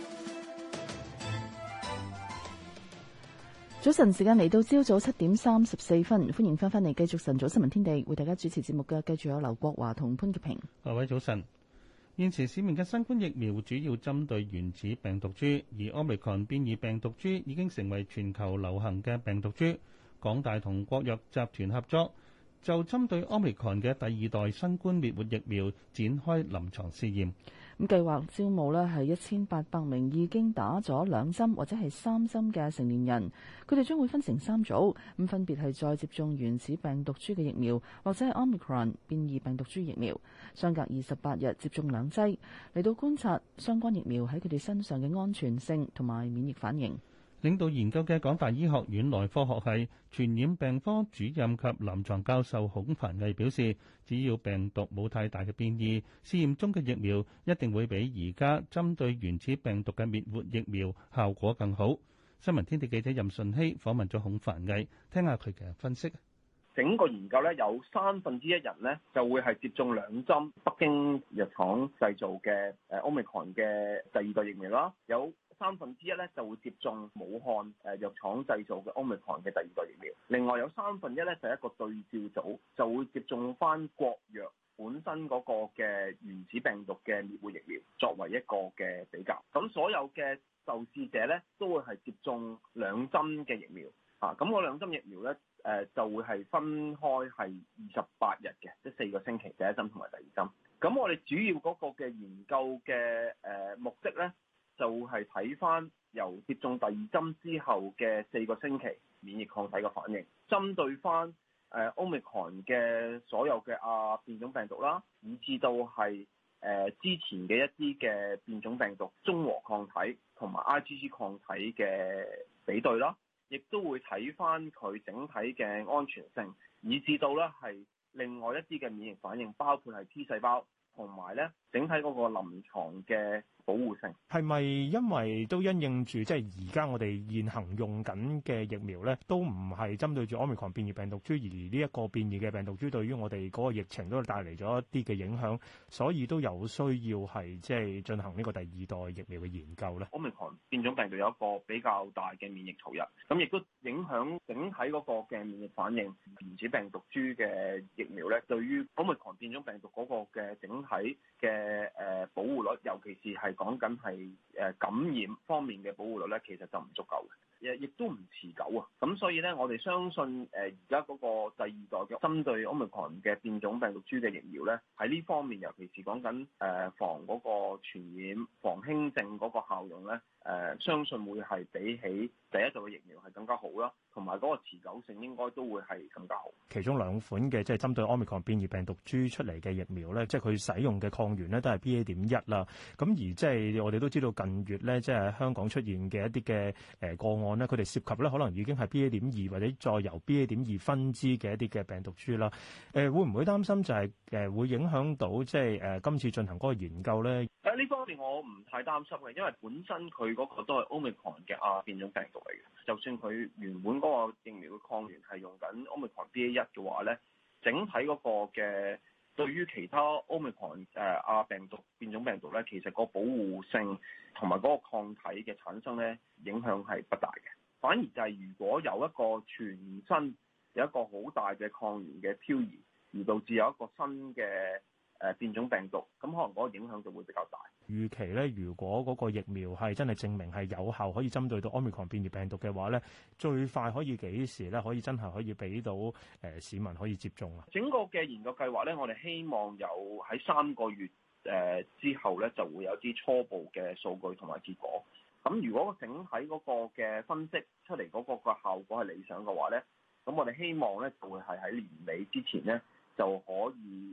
Speaker 3: 早晨時間嚟到朝早七點三十四分，歡迎翻返嚟繼續晨早新聞天地，為大家主持節目嘅繼續有劉國華同潘潔平。
Speaker 4: 各位早晨。現時市面嘅新冠疫苗主要針對原始病毒株，而 Omicron 變異病毒株已經成為全球流行嘅病毒株。港大同國藥集團合作，就針對 Omicron 嘅第二代新冠滅活疫苗展開臨床試驗。
Speaker 3: 咁計劃招募呢係一千八百名已經打咗兩針或者係三針嘅成年人，佢哋將會分成三組，咁分別係再接種原始病毒株嘅疫苗，或者係 Omicron 變異病毒株疫苗，相隔二十八日接種兩劑，嚟到觀察相關疫苗喺佢哋身上嘅安全性同埋免疫反應。
Speaker 4: 領導研究嘅港大醫學院內科學系傳染病科主任及臨床教授孔凡毅表示，只要病毒冇太大嘅變異，試驗中嘅疫苗一定會比而家針對原始病毒嘅滅活疫苗效果更好。新聞天地記者任順希訪問咗孔凡毅，聽下佢嘅分析。
Speaker 13: 整個研究咧有三分之一人咧就會係接種兩針北京藥廠製造嘅誒 Omicron 嘅第二代疫苗啦，有三分之一咧就會接種武漢誒藥廠製造嘅 Omicron 嘅第二代疫苗，另外有三分一咧就係一個對照組，就會接種翻國藥本身嗰個嘅原始病毒嘅滅活疫苗作為一個嘅比較。咁所有嘅受試者咧都會係接種兩針嘅疫苗啊，咁嗰兩針疫苗咧誒就會係分開係二十八日嘅，即係四個星期，第一針同埋第二針。咁我哋主要嗰個嘅研究嘅誒目的咧，就係睇翻由接種第二針之後嘅四個星期免疫抗體嘅反應，針對翻誒 Omicron 嘅所有嘅亞變種病毒啦，以至到係誒之前嘅一啲嘅變種病毒中和抗體同埋 IgG 抗體嘅比對啦，亦都會睇翻佢整體嘅安全性，以至到咧係另外一啲嘅免疫反應，包括係 T 細胞同埋咧整體嗰個臨床嘅保護性。
Speaker 9: 係咪因為都因應住即係而家我哋現行用緊嘅疫苗咧，都唔係針對住 Omicron 變異病毒株，而呢一個變異嘅病毒株對於我哋嗰個疫情都帶嚟咗一啲嘅影響，所以都有需要係即係進行呢個第二代疫苗嘅研究咧。
Speaker 13: Omicron 變種病毒有一個比較大嘅免疫逃逸，咁亦都影響整體嗰個嘅免疫反應。原始病毒株嘅疫苗咧，對於 Omicron 變種病毒嗰個嘅整體嘅誒保護率，尤其是係講緊係誒感染方面嘅保護率咧，其實就唔足夠嘅，亦亦都唔持久啊。咁所以咧，我哋相信誒而家嗰個第二代嘅針對 Omicron 嘅變種病毒株嘅疫苗咧，喺呢方面，尤其是講緊誒防嗰個傳染、防輕症嗰個效用咧，誒相信會係比起第一代嘅疫苗係更加好啦，同埋嗰個持久性應該都會係更加好。
Speaker 9: 其中兩款嘅即係針對 Omicron 變異病毒株出嚟嘅疫苗咧，即係佢使用嘅抗原咧都係 B A 點一啦。咁而即係我哋都知道近月咧，即係香港出現嘅一啲嘅誒個案咧，佢哋涉及咧可能已經係 B A 點二或者再由 B A 點二分支嘅一啲嘅病毒株啦。誒會唔會擔心就係誒會影響到即係誒今次進行嗰個研究咧？
Speaker 13: 喺呢方面我唔太擔心嘅，因為本身佢嗰個都係 Omicron 嘅亞變種病毒嚟嘅。就算佢原本嗰個疫苗嘅抗原係用緊 Omicron B A 一嘅話咧，整體嗰個嘅對於其他 Omicron 誒亞病毒變種病毒咧，其實個保護性同埋嗰個抗體嘅產生咧，影響係不大嘅。反而就係如果有一個全新有一個好大嘅抗原嘅漂移，而導致有一個新嘅誒變種病毒，咁可能嗰個影響就會比較大。
Speaker 9: 預期咧，如果嗰個疫苗係真係證明係有效，可以針對到 Omicron 變異病毒嘅話咧，最快可以幾時咧？可以真係可以俾到誒、呃、市民可以接種啊？
Speaker 13: 整個嘅研究計劃咧，我哋希望有喺三個月誒、呃、之後咧，就會有啲初步嘅數據同埋結果。咁如果整體嗰個嘅分析出嚟嗰個個效果係理想嘅話咧，咁我哋希望咧就會係喺年尾之前咧就可以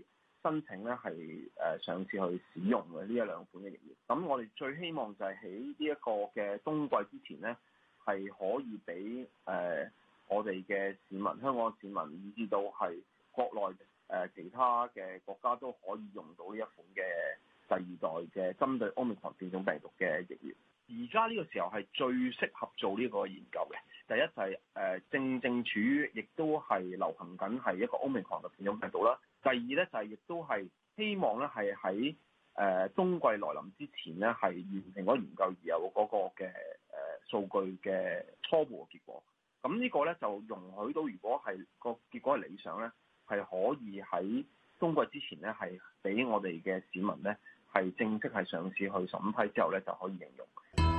Speaker 13: 申請咧係誒嘗試去使用嘅呢一兩款嘅疫苗。咁我哋最希望就係喺呢一個嘅冬季之前咧，係可以俾誒、呃、我哋嘅市民、香港市民，以至到係國內誒、呃、其他嘅國家都可以用到呢一款嘅第二代嘅針對 Omicron 變種病毒嘅疫苗。而家呢個時候係最適合做呢個研究嘅。第一就係、是、誒、呃、正正處於亦都係流行緊係一個 Omicron 嘅變種病毒啦。第二咧就係、是、亦都係希望咧係喺誒冬季來臨之前咧係完成嗰個研究而有嗰個嘅誒、呃、數據嘅初步嘅結果。咁呢個咧就容許到，如果係個結果係理想咧，係可以喺冬季之前咧係俾我哋嘅市民咧係正式係上市去審批之後咧就可以應用。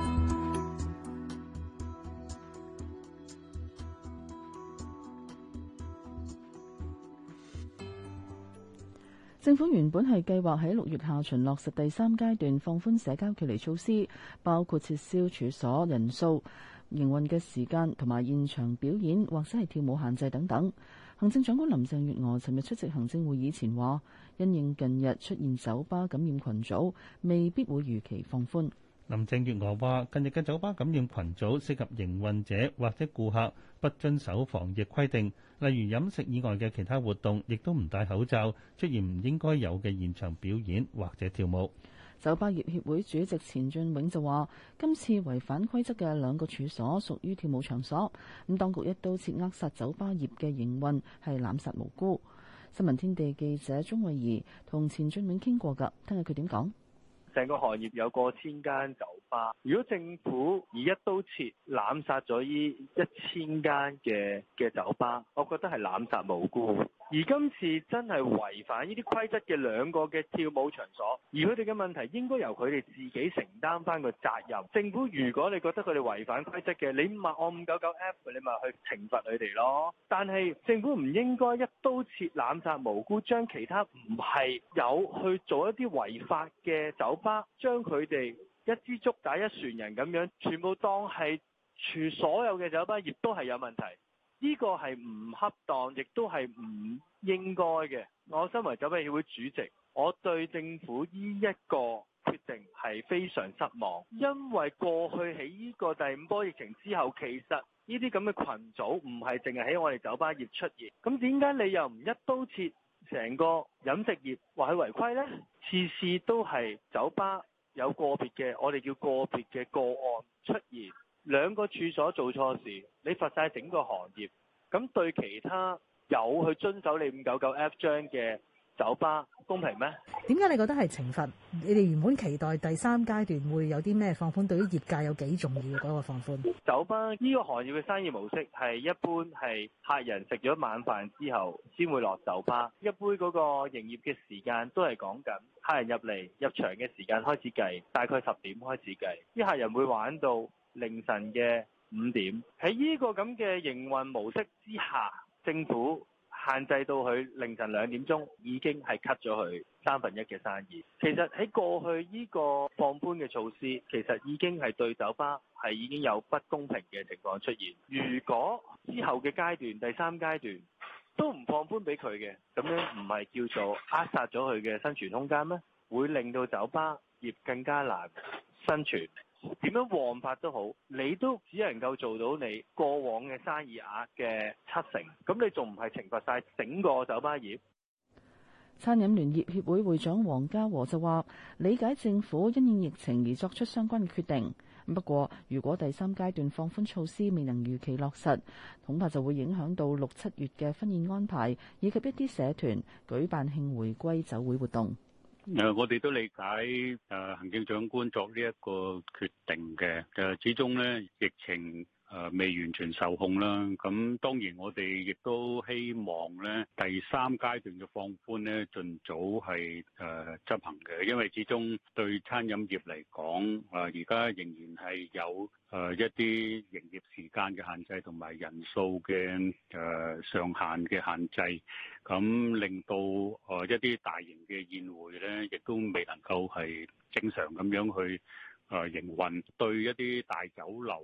Speaker 3: 政府原本係計劃喺六月下旬落實第三階段放寬社交距離措施，包括撤銷處所人數、營運嘅時間同埋現場表演或者係跳舞限制等等。行政長官林鄭月娥尋日出席行政會議前話，因應近日出現酒吧感染群組，未必會如期放寬。
Speaker 4: 林鄭月娥話：近日嘅酒吧感染群組涉及營運者或者顧客不遵守防疫規定，例如飲食以外嘅其他活動，亦都唔戴口罩，出現唔應該有嘅現場表演或者跳舞。
Speaker 3: 酒吧業協會主席錢俊永就話：今次違反規則嘅兩個處所屬於跳舞場所，咁當局一刀切扼殺酒吧業嘅營運，係濫殺無辜。新聞天地記者鍾慧儀同錢俊永傾過㗎，聽下佢點講。
Speaker 2: 成個行業有過千間酒吧，如果政府以一刀切濫殺咗呢一千間嘅嘅酒吧，我覺得係濫殺無辜。而今次真係違反呢啲規則嘅兩個嘅跳舞場所，而佢哋嘅問題應該由佢哋自己承擔翻個責任。政府如果你覺得佢哋違反規則嘅，你問我五九九 F， 你咪去懲罰佢哋咯。但係政府唔應該一刀切濫殺無辜，將其他唔係有去做一啲違法嘅酒吧，將佢哋一支竹打一船人咁樣，全部當係全所有嘅酒吧業都係有問題。呢個係唔恰當，亦都係唔應該嘅。我身為酒吧協會主席，我對政府呢一個決定係非常失望，因為過去喺呢個第五波疫情之後，其實呢啲咁嘅群組唔係淨係喺我哋酒吧業出現。咁點解你又唔一刀切成個飲食業話佢違規呢？次次都係酒吧有個別嘅，我哋叫個別嘅個案出現。兩個處所做錯事，你罰晒整個行業，咁對其他有去遵守你五九九 F 章嘅酒吧公平咩？
Speaker 14: 點解你覺得係懲罰？你哋原本期待第三階段會有啲咩放寬？對於業界有幾重要嘅嗰個放寬？
Speaker 2: 酒吧呢個行業嘅生意模式係一般係客人食咗晚飯之後先會落酒吧，一杯嗰個營業嘅時間都係講緊客人入嚟入場嘅時間開始計，大概十點開始計，啲客人會玩到凌晨嘅五點。喺呢個咁嘅營運模式之下，政府限制到佢凌晨兩點鐘已經係 cut 咗佢三分一嘅生意。其實喺過去呢個放寬嘅措施，其實已經係對酒吧係已經有不公平嘅情況出現。如果之後嘅階段第三階段都唔放寬俾佢嘅，咁樣唔係叫做扼殺咗佢嘅生存空間咩？會令到酒吧業更加難生存。點樣旺法都好，你都只能夠做到你過往嘅生意額嘅七成，咁你仲唔係懲罰晒整個酒吧業？
Speaker 3: 餐飲聯業協會會長黃家和就話：理解政府因應疫情而作出相關嘅決定，不過如果第三階段放寬措施未能如期落實，恐怕就會影響到六七月嘅婚宴安排，以及一啲社團舉辦慶回歸酒會活動。
Speaker 15: 誒，我哋都理解誒行政長官作呢一個決定嘅，誒始終咧疫情誒未完全受控啦。咁當然我哋亦都希望咧第三階段嘅放寬咧盡早係誒執行嘅，因為始終對餐飲業嚟講，誒而家仍然係有誒一啲營業時間嘅限制同埋人數嘅誒上限嘅限制。咁令到誒一啲大型嘅宴會咧，亦都未能夠係正常咁樣去誒營運，對一啲大酒樓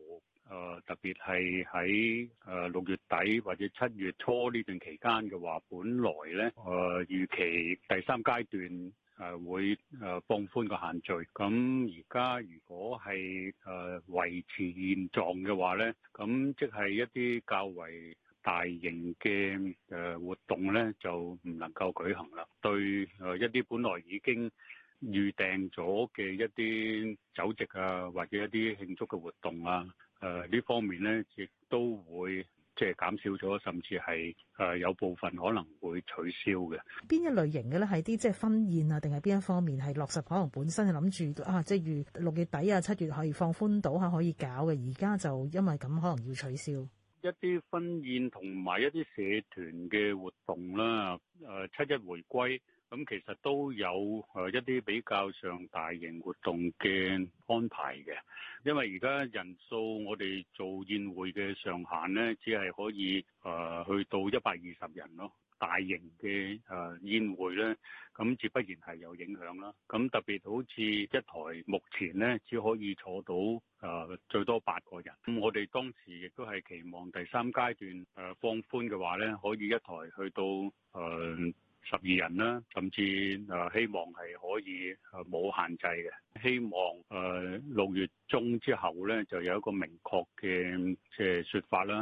Speaker 15: 誒特別係喺誒六月底或者七月初呢段期間嘅話，本來咧誒預期第三階段誒會誒放寬個限聚。咁而家如果係誒維持現狀嘅話咧，咁即係一啲較為大型嘅誒活動咧就唔能夠舉行啦。對誒一啲本來已經預訂咗嘅一啲酒席啊，或者一啲慶祝嘅活動啊，誒、呃、呢方面咧亦都會即係減少咗，甚至係誒、呃、有部分可能會取消嘅。
Speaker 14: 邊一類型嘅咧？係啲即係婚宴啊，定係邊一方面係落實？可能本身係諗住啊，即係預六月底啊、七月可以放寬到下可以搞嘅，而家就因為咁可能要取消。
Speaker 15: 一啲婚宴同埋一啲社團嘅活動啦，誒、呃、七一回歸。咁其實都有誒一啲比較上大型活動嘅安排嘅，因為而家人數我哋做宴會嘅上限呢，只係可以誒、呃、去到一百二十人咯。大型嘅誒宴會呢，咁自不然係有影響啦。咁特別好似一台目前呢，只可以坐到誒、呃、最多八個人。咁我哋當時亦都係期望第三階段誒、呃、放寬嘅話呢，可以一台去到誒、呃十二人啦，甚至誒希望係可以誒冇限制嘅。希望誒六月中之後咧，就有一個明確嘅即係説法啦。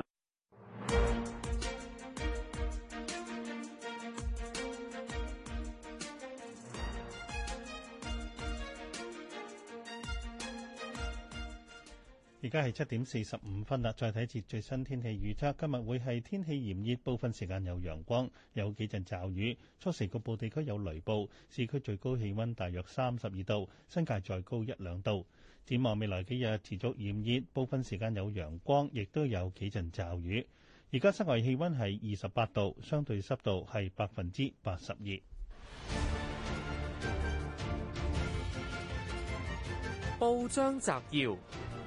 Speaker 4: 而家係七點四十五分啦，再睇一節最新天氣預測。今日會係天氣炎熱，部分時間有陽光，有幾陣驟雨。初時局部地區有雷暴，市區最高氣溫大約三十二度，新界再高一兩度。展望未來幾日持續炎熱，部分時間有陽光，亦都有幾陣驟雨。而家室外氣溫係二十八度，相對濕度係百分之八十二。
Speaker 16: 報章摘要。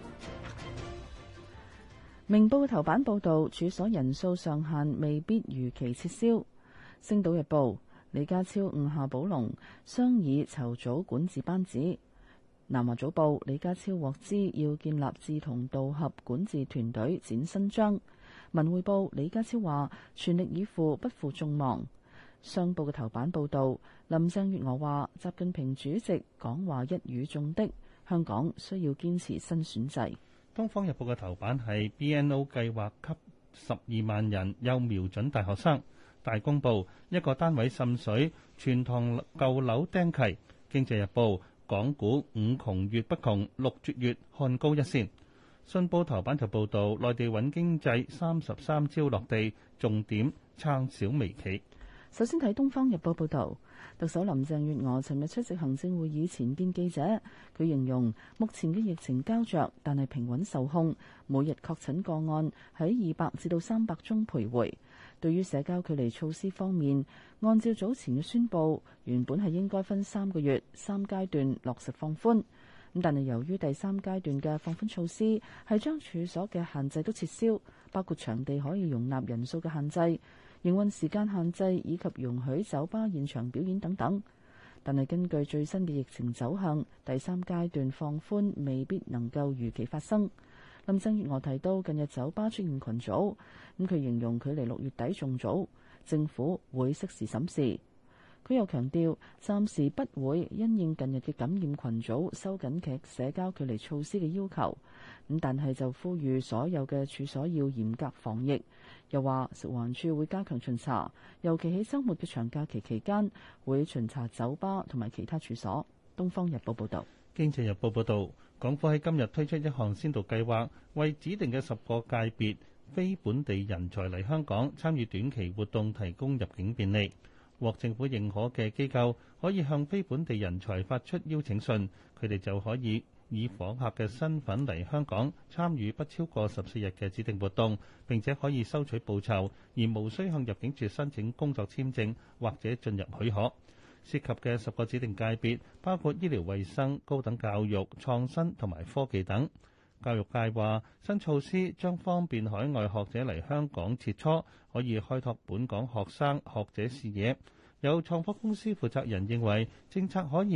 Speaker 3: 明報嘅頭版報導，處所人數上限未必如期撤銷。星島日報，李家超晤夏寶龍，商議籌組管治班子。南華早報，李家超獲知要建立志同道合管治團隊展新章。文匯報，李家超話全力以赴，不負眾望。商報嘅頭版報導，林鄭月娥話習近平主席講話一語中的，香港需要堅持新選制。
Speaker 4: 《東方日報》嘅頭版係 B N O 計劃給十二萬人，又瞄準大學生。大公報，一個單位滲水，全幢舊樓釘契。《經濟日報》港股五窮月不窮，六絕月看高一線。信報頭版就報導內地穩經濟三十三招落地，重點撐小微企。
Speaker 3: 首先睇《東方日報》報導，特首林鄭月娥尋日出席行政會議前見記者，佢形容目前嘅疫情膠着，但係平穩受控，每日確診個案喺二百至到三百宗徘徊。對於社交距離措施方面，按照早前嘅宣佈，原本係應該分三個月三階段落實放寬，咁但係由於第三階段嘅放寬措施係將處所嘅限制都撤銷，包括場地可以容納人數嘅限制、營運時間限制以及容許酒吧現場表演等等，但係根據最新嘅疫情走向，第三階段放寬未必能夠如期發生。林鄭月娥提到近日酒吧出現群組，咁佢形容距離六月底仲早，政府會適時審視。佢又強調暫時不會因應近日嘅感染群組收緊劇社交距離措施嘅要求，咁但係就呼籲所有嘅處所要嚴格防疫。又話食環署會加強巡查，尤其喺週末嘅長假期期間會巡查酒吧同埋其他處所。《東方日報》報導，
Speaker 4: 《經濟日報》報導，港府喺今日推出一項先導計劃，為指定嘅十個界別非本地人才嚟香港參與短期活動提供入境便利。獲政府認可嘅機構可以向非本地人才發出邀請信，佢哋就可以以訪客嘅身份嚟香港參與不超過十四日嘅指定活動，並且可以收取報酬，而無需向入境處申請工作簽證或者進入許可。涉及嘅十個指定界別包括醫療衛生、高等教育、創新同埋科技等。教育界話，新措施將方便海外學者嚟香港切磋，可以開拓本港學生學者視野。有創科公司負責人認為，政策可以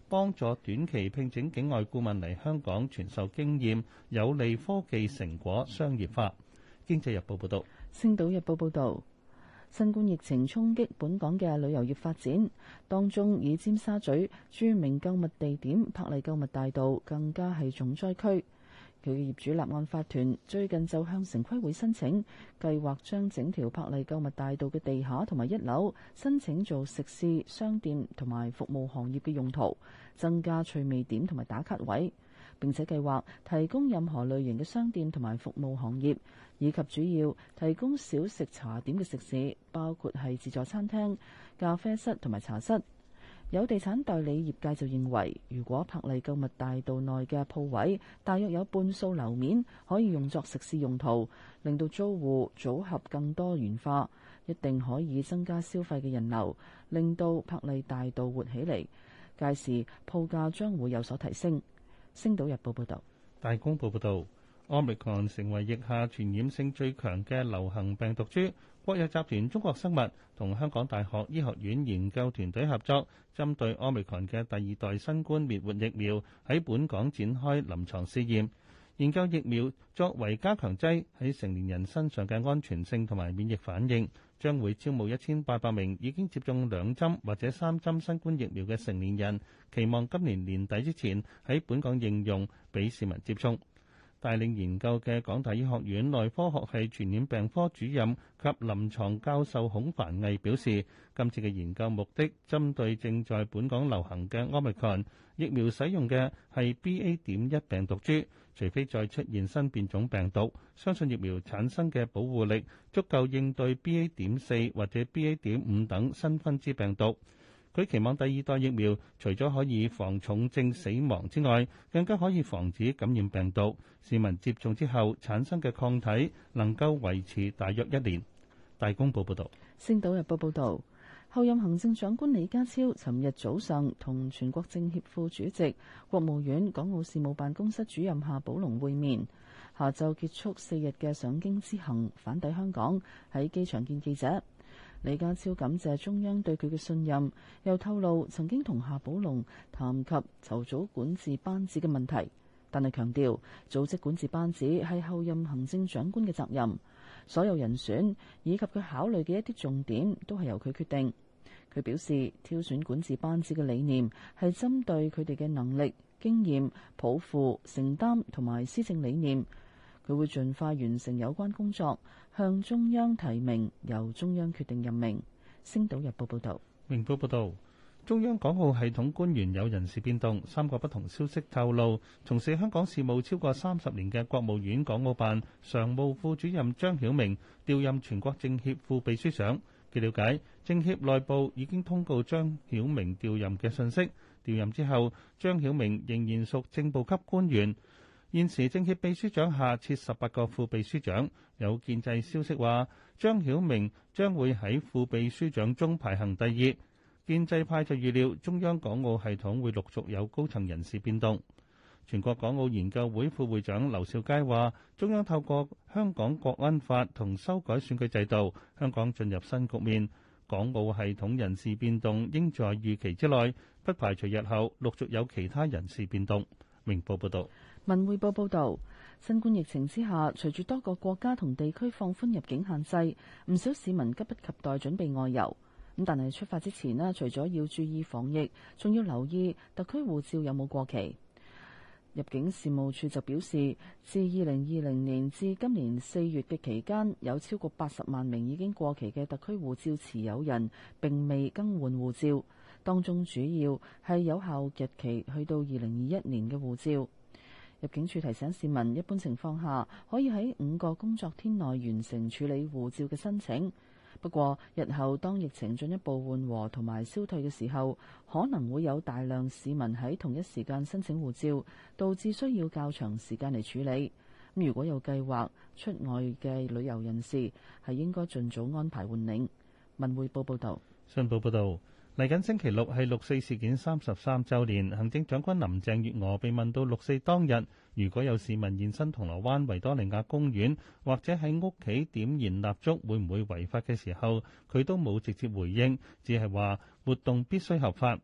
Speaker 4: 幫助短期聘請境外顧問嚟香港傳授經驗，有利科技成果商業化。經濟日報報導。
Speaker 3: 星島日報報導。新冠疫情衝擊本港嘅旅遊業發展，當中以尖沙咀著名購物地點柏麗購物大道更加係重災區。佢嘅業主立案法團最近就向城規會申請，計劃將整條柏麗購物大道嘅地下同埋一樓申請做食肆、商店同埋服務行業嘅用途，增加趣味點同埋打卡位。並且計劃提供任何類型嘅商店同埋服務行業，以及主要提供小食茶點嘅食肆，包括係自助餐廳、咖啡室同埋茶室。有地產代理業界就認為，如果柏麗購物大道內嘅鋪位大約有半數樓面可以用作食肆用途，令到租戶組合更多元化，一定可以增加消費嘅人流，令到柏麗大道活起嚟。屆時鋪價將會有所提升。星島日報報道。
Speaker 4: 大公報報道，Omicron 成為疫下傳染性最強嘅流行病毒株。國藥集團中國生物同香港大學醫學院研究團隊合作，針對 Omicron 嘅第二代新冠滅活疫苗喺本港展開臨床試驗，研究疫苗作為加強劑喺成年人身上嘅安全性同埋免疫反應。將會招募一千八百名已經接種兩針或者三針新冠疫苗嘅成年人，期望今年年底之前喺本港應用，俾市民接種。帶領研究嘅港大醫學院內科學系傳染病科主任及臨床教授孔凡毅表示，今次嘅研究目的針對正在本港流行嘅 Omicron， 疫苗使用嘅係 B A 點一病毒株，除非再出現新變種病毒，相信疫苗產生嘅保護力足夠應對 B A 點四或者 B A 點五等新分支病毒。佢期望第二代疫苗除咗可以防重症死亡之外，更加可以防止感染病毒。市民接種之後產生嘅抗體能夠維持大約一年。大公報報導。
Speaker 3: 星島日報報導，候任行政長官李家超尋日早上同全國政協副主席、國務院港澳事務辦公室主任夏寶龍會面，下晝結束四日嘅上京之行，返抵香港，喺機場見記者。李家超感謝中央對佢嘅信任，又透露曾經同夏寶龍談及籌組管治班子嘅問題，但係強調組織管治班子係後任行政長官嘅責任，所有人選以及佢考慮嘅一啲重點都係由佢決定。佢表示挑選管治班子嘅理念係針對佢哋嘅能力、經驗、抱負、承擔同埋施政理念。佢會盡快完成有關工作，向中央提名，由中央決定任命。星島日報報道。
Speaker 4: 明報報道，中央港澳系統官員有人事變動，三個不同消息透露，從事香港事務超過三十年嘅國務院港澳辦常務副主任張曉明調任全國政協副秘書長。據了解，政協內部已經通告張曉明調任嘅信息。調任之後，張曉明仍然屬正部級官員。現時政協秘書長下設十八個副秘書長，有建制消息話張曉明將會喺副秘書長中排行第二。建制派就預料中央港澳系統會陸續有高層人事變動。全國港澳研究會副會長劉兆佳話，中央透過香港國安法同修改選舉制度，香港進入新局面，港澳系統人事變動應在預期之內，不排除日後陸續有其他人事變動。明報報道。
Speaker 3: 文匯報報道，新冠疫情之下，隨住多個國家同地區放寬入境限制，唔少市民急不及待準備外遊。咁但係出發之前呢，除咗要注意防疫，仲要留意特區護照有冇過期。入境事務處就表示，自二零二零年至今年四月嘅期間，有超過八十萬名已經過期嘅特區護照持有人並未更換護照，當中主要係有效日期去到二零二一年嘅護照。入境處提醒市民，一般情況下可以喺五個工作天內完成處理護照嘅申請。不過，日後當疫情進一步緩和同埋消退嘅時候，可能會有大量市民喺同一時間申請護照，導致需要較長時間嚟處理。咁如果有計劃出外嘅旅遊人士，係應該盡早安排換領。文匯報報道。
Speaker 4: 信報報導。嚟緊星期六係六四事件三十三週年，行政長官林鄭月娥被問到六四當日，如果有市民現身銅鑼灣維多利亞公園或者喺屋企點燃蠟燭，會唔會違法嘅時候，佢都冇直接回應，只係話活動必須合法。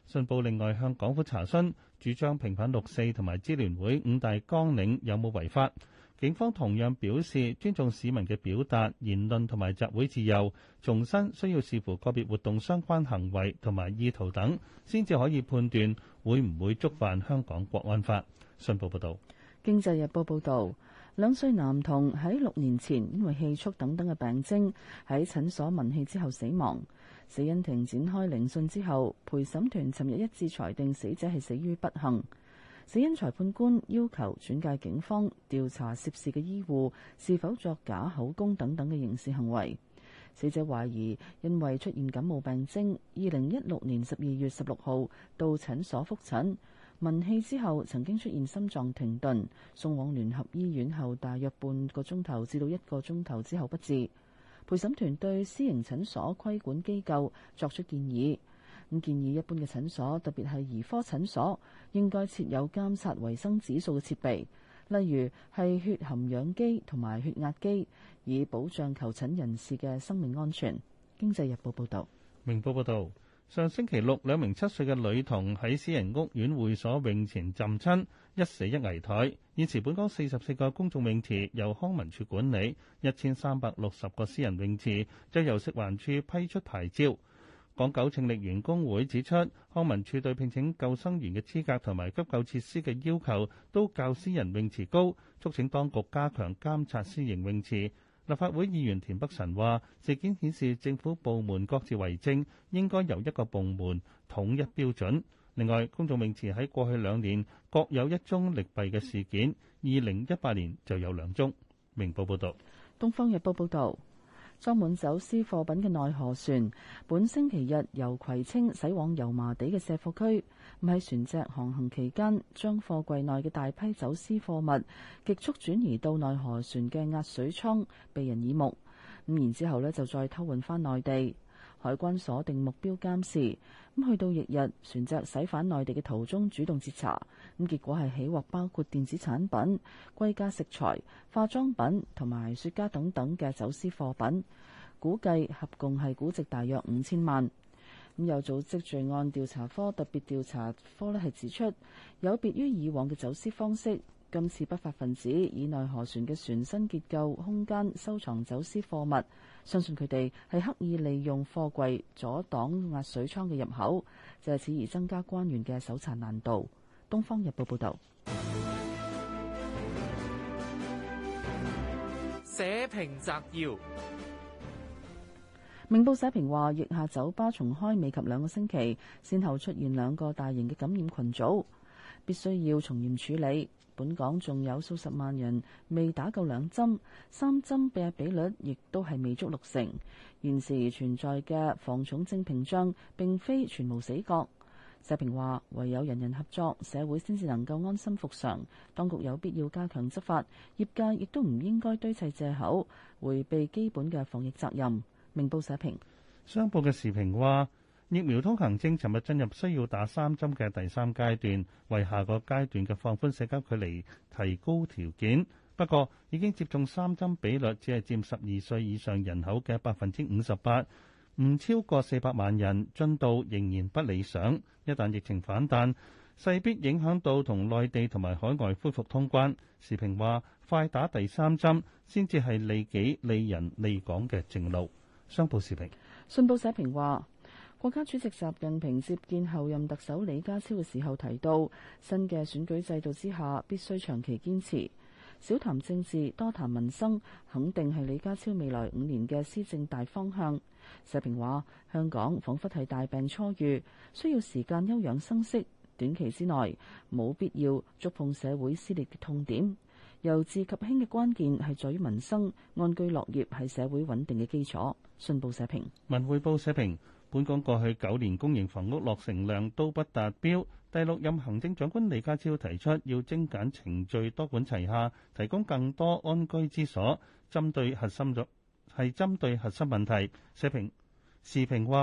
Speaker 4: 信報另外向港府查詢，主張平反六四同埋支聯會五大綱領有冇違法。警方同樣表示尊重市民嘅表達、言論同埋集會自由，重申需要視乎個別活動相關行為同埋意圖等，先至可以判斷會唔會觸犯香港國安法。信報報導。
Speaker 3: 經濟日報報導，兩歲男童喺六年前因為氣促等等嘅病徵喺診所聞氣之後死亡，死因庭展開聆訊之後，陪審團尋日一致裁定死者係死於不幸。死因裁判官要求轉介警方調查涉事嘅醫護是否作假口供等等嘅刑事行為。死者懷疑因為出現感冒病徵，二零一六年十二月十六號到診所覆診，聞氣之後曾經出現心臟停頓，送往聯合醫院後大約半個鐘頭至到一個鐘頭之後不治。陪審團對私營診所規管機構作出建議。咁建議一般嘅診所，特別係兒科診所，應該設有監察維生指數嘅設備，例如係血含氧機同埋血壓機，以保障求診人士嘅生命安全。經濟日報報導。
Speaker 4: 明報報導，上星期六兩名七歲嘅女童喺私人屋苑會所泳前浸親，一死一危殆。現時本港四十四個公眾泳池由康文署管理，一千三百六十個私人泳池就由食環署批出牌照。港九拯溺員工會指出，康文署對聘請救生員嘅資格同埋急救設施嘅要求都較私人泳池高，促請當局加強監察私營泳池。立法會議員田北辰話：事件顯示政府部門各自為政，應該由一個部門統一標準。另外，公眾泳池喺過去兩年各有一宗溺斃嘅事件，二零一八年就有兩宗。明報報道。
Speaker 3: 東方日報報導。裝滿走私貨品嘅內河船，本星期日由葵青駛往油麻地嘅卸貨區，咁喺船隻航行期間，將貨櫃內嘅大批走私貨物極速轉移到內河船嘅壓水艙，避人耳目。咁然之後呢，就再偷運返內地。海關鎖定目標監視，咁去到翌日，船隻駛返內地嘅途中主動截查，咁結果係起獲包括電子產品、貴價食材、化妝品同埋雪茄等等嘅走私貨品，估計合共係估值大約五千萬。咁有組織罪案調查科特別調查科呢係指出，有別於以往嘅走私方式。今次不法分子以內河船嘅船身結構空間收藏走私貨物，相信佢哋係刻意利用貨櫃阻擋壓水艙嘅入口，借此而增加關員嘅搜查難度。《東方日報》報導。
Speaker 16: 社評摘要。
Speaker 3: 明報社評話，疫下酒吧重開未及兩個星期，先後出現兩個大型嘅感染群組，必須要從嚴處理。本港仲有數十萬人未打夠兩針，三針嘅比率亦都係未足六成。現時存在嘅防重症屏障並非全無死角。社評話，唯有人人合作，社會先至能夠安心復常。當局有必要加強執法，業界亦都唔應該堆砌藉口，迴避基本嘅防疫責任。明報社評。
Speaker 4: 商報嘅時評話，疫苗通行證尋日進入需要打三針嘅第三階段，為下個階段嘅放寬社交距離提高條件。不過，已經接種三針比率只係佔十二歲以上人口嘅百分之五十八，唔超過四百萬人，進度仍然不理想。一旦疫情反彈，勢必影響到同內地同埋海外恢復通關。時評話，快打第三針先至係利己利人利港嘅正路。商報時評。
Speaker 3: 信報社評話，國家主席習近平接見候任特首李家超嘅時候提到，新嘅選舉制度之下必須長期堅持，少談政治，多談民生，肯定係李家超未來五年嘅施政大方向。社評話，香港彷彿係大病初愈，需要時間休養生息，短期之內冇必要觸碰社會撕裂嘅痛點。由治及興嘅關鍵係在於民生，安居樂業係社會穩定嘅基礎。信報社評。
Speaker 4: 文匯報社評。本港過去九年公營房屋落成量都不達標，第六任行政長官李家超提出要精簡程序、多管齊下，提供更多安居之所，針對核心咗係針對核心問題。社評時評話，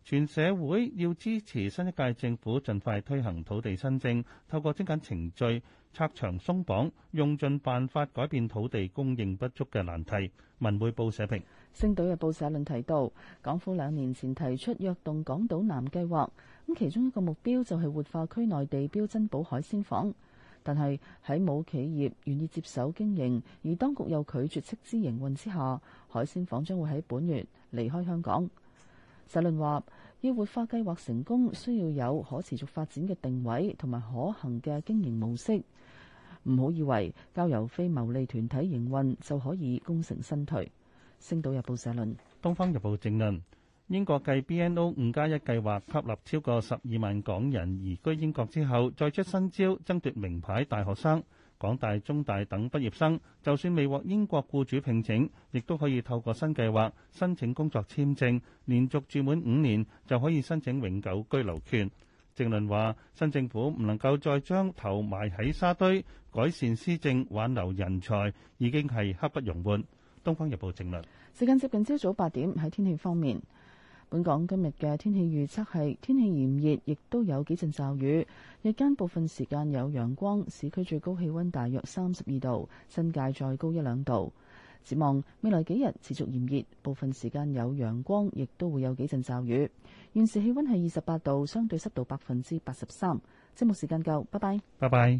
Speaker 4: 全社會要支持新一屆政府盡快推行土地新政，透過精簡程序、拆牆鬆綁，用盡辦法改變土地供應不足嘅難題。文匯報社評。
Speaker 3: 星島日報社論提到，港府兩年前提出躍動港島南計劃，咁其中一個目標就係活化區內地標珍寶海鮮舫，但係喺冇企業願意接手經營，而當局又拒絕斥資營運之下，海鮮舫將會喺本月離開香港。社論話，要活化計劃成功，需要有可持續發展嘅定位同埋可行嘅經營模式。唔好以為交由非牟利團體營運就可以功成身退。星島日報社論。
Speaker 4: 東方日報正論：英國繼 B N O 五加一計劃吸納超過十二萬港人移居英國之後，再出新招爭奪名牌大學生。港大、中大等畢業生，就算未獲英國僱主聘請，亦都可以透過新計劃申請工作簽證，連續住滿五年就可以申請永久居留權。正論話，新政府唔能夠再將頭埋喺沙堆，改善施政、挽留人才，已經係刻不容緩。《東方日報》正論。
Speaker 3: 時間接近朝早八點，喺天氣方面，本港今日嘅天氣預測係天氣炎熱，亦都有幾陣驟雨。日間部分時間有陽光，市區最高氣溫大約三十二度，新界再高一兩度。展望未來幾日持續炎熱，部分時間有陽光，亦都會有幾陣驟雨。現時氣溫係二十八度，相對濕度百分之八十三。節目時間夠，拜拜。
Speaker 4: 拜拜。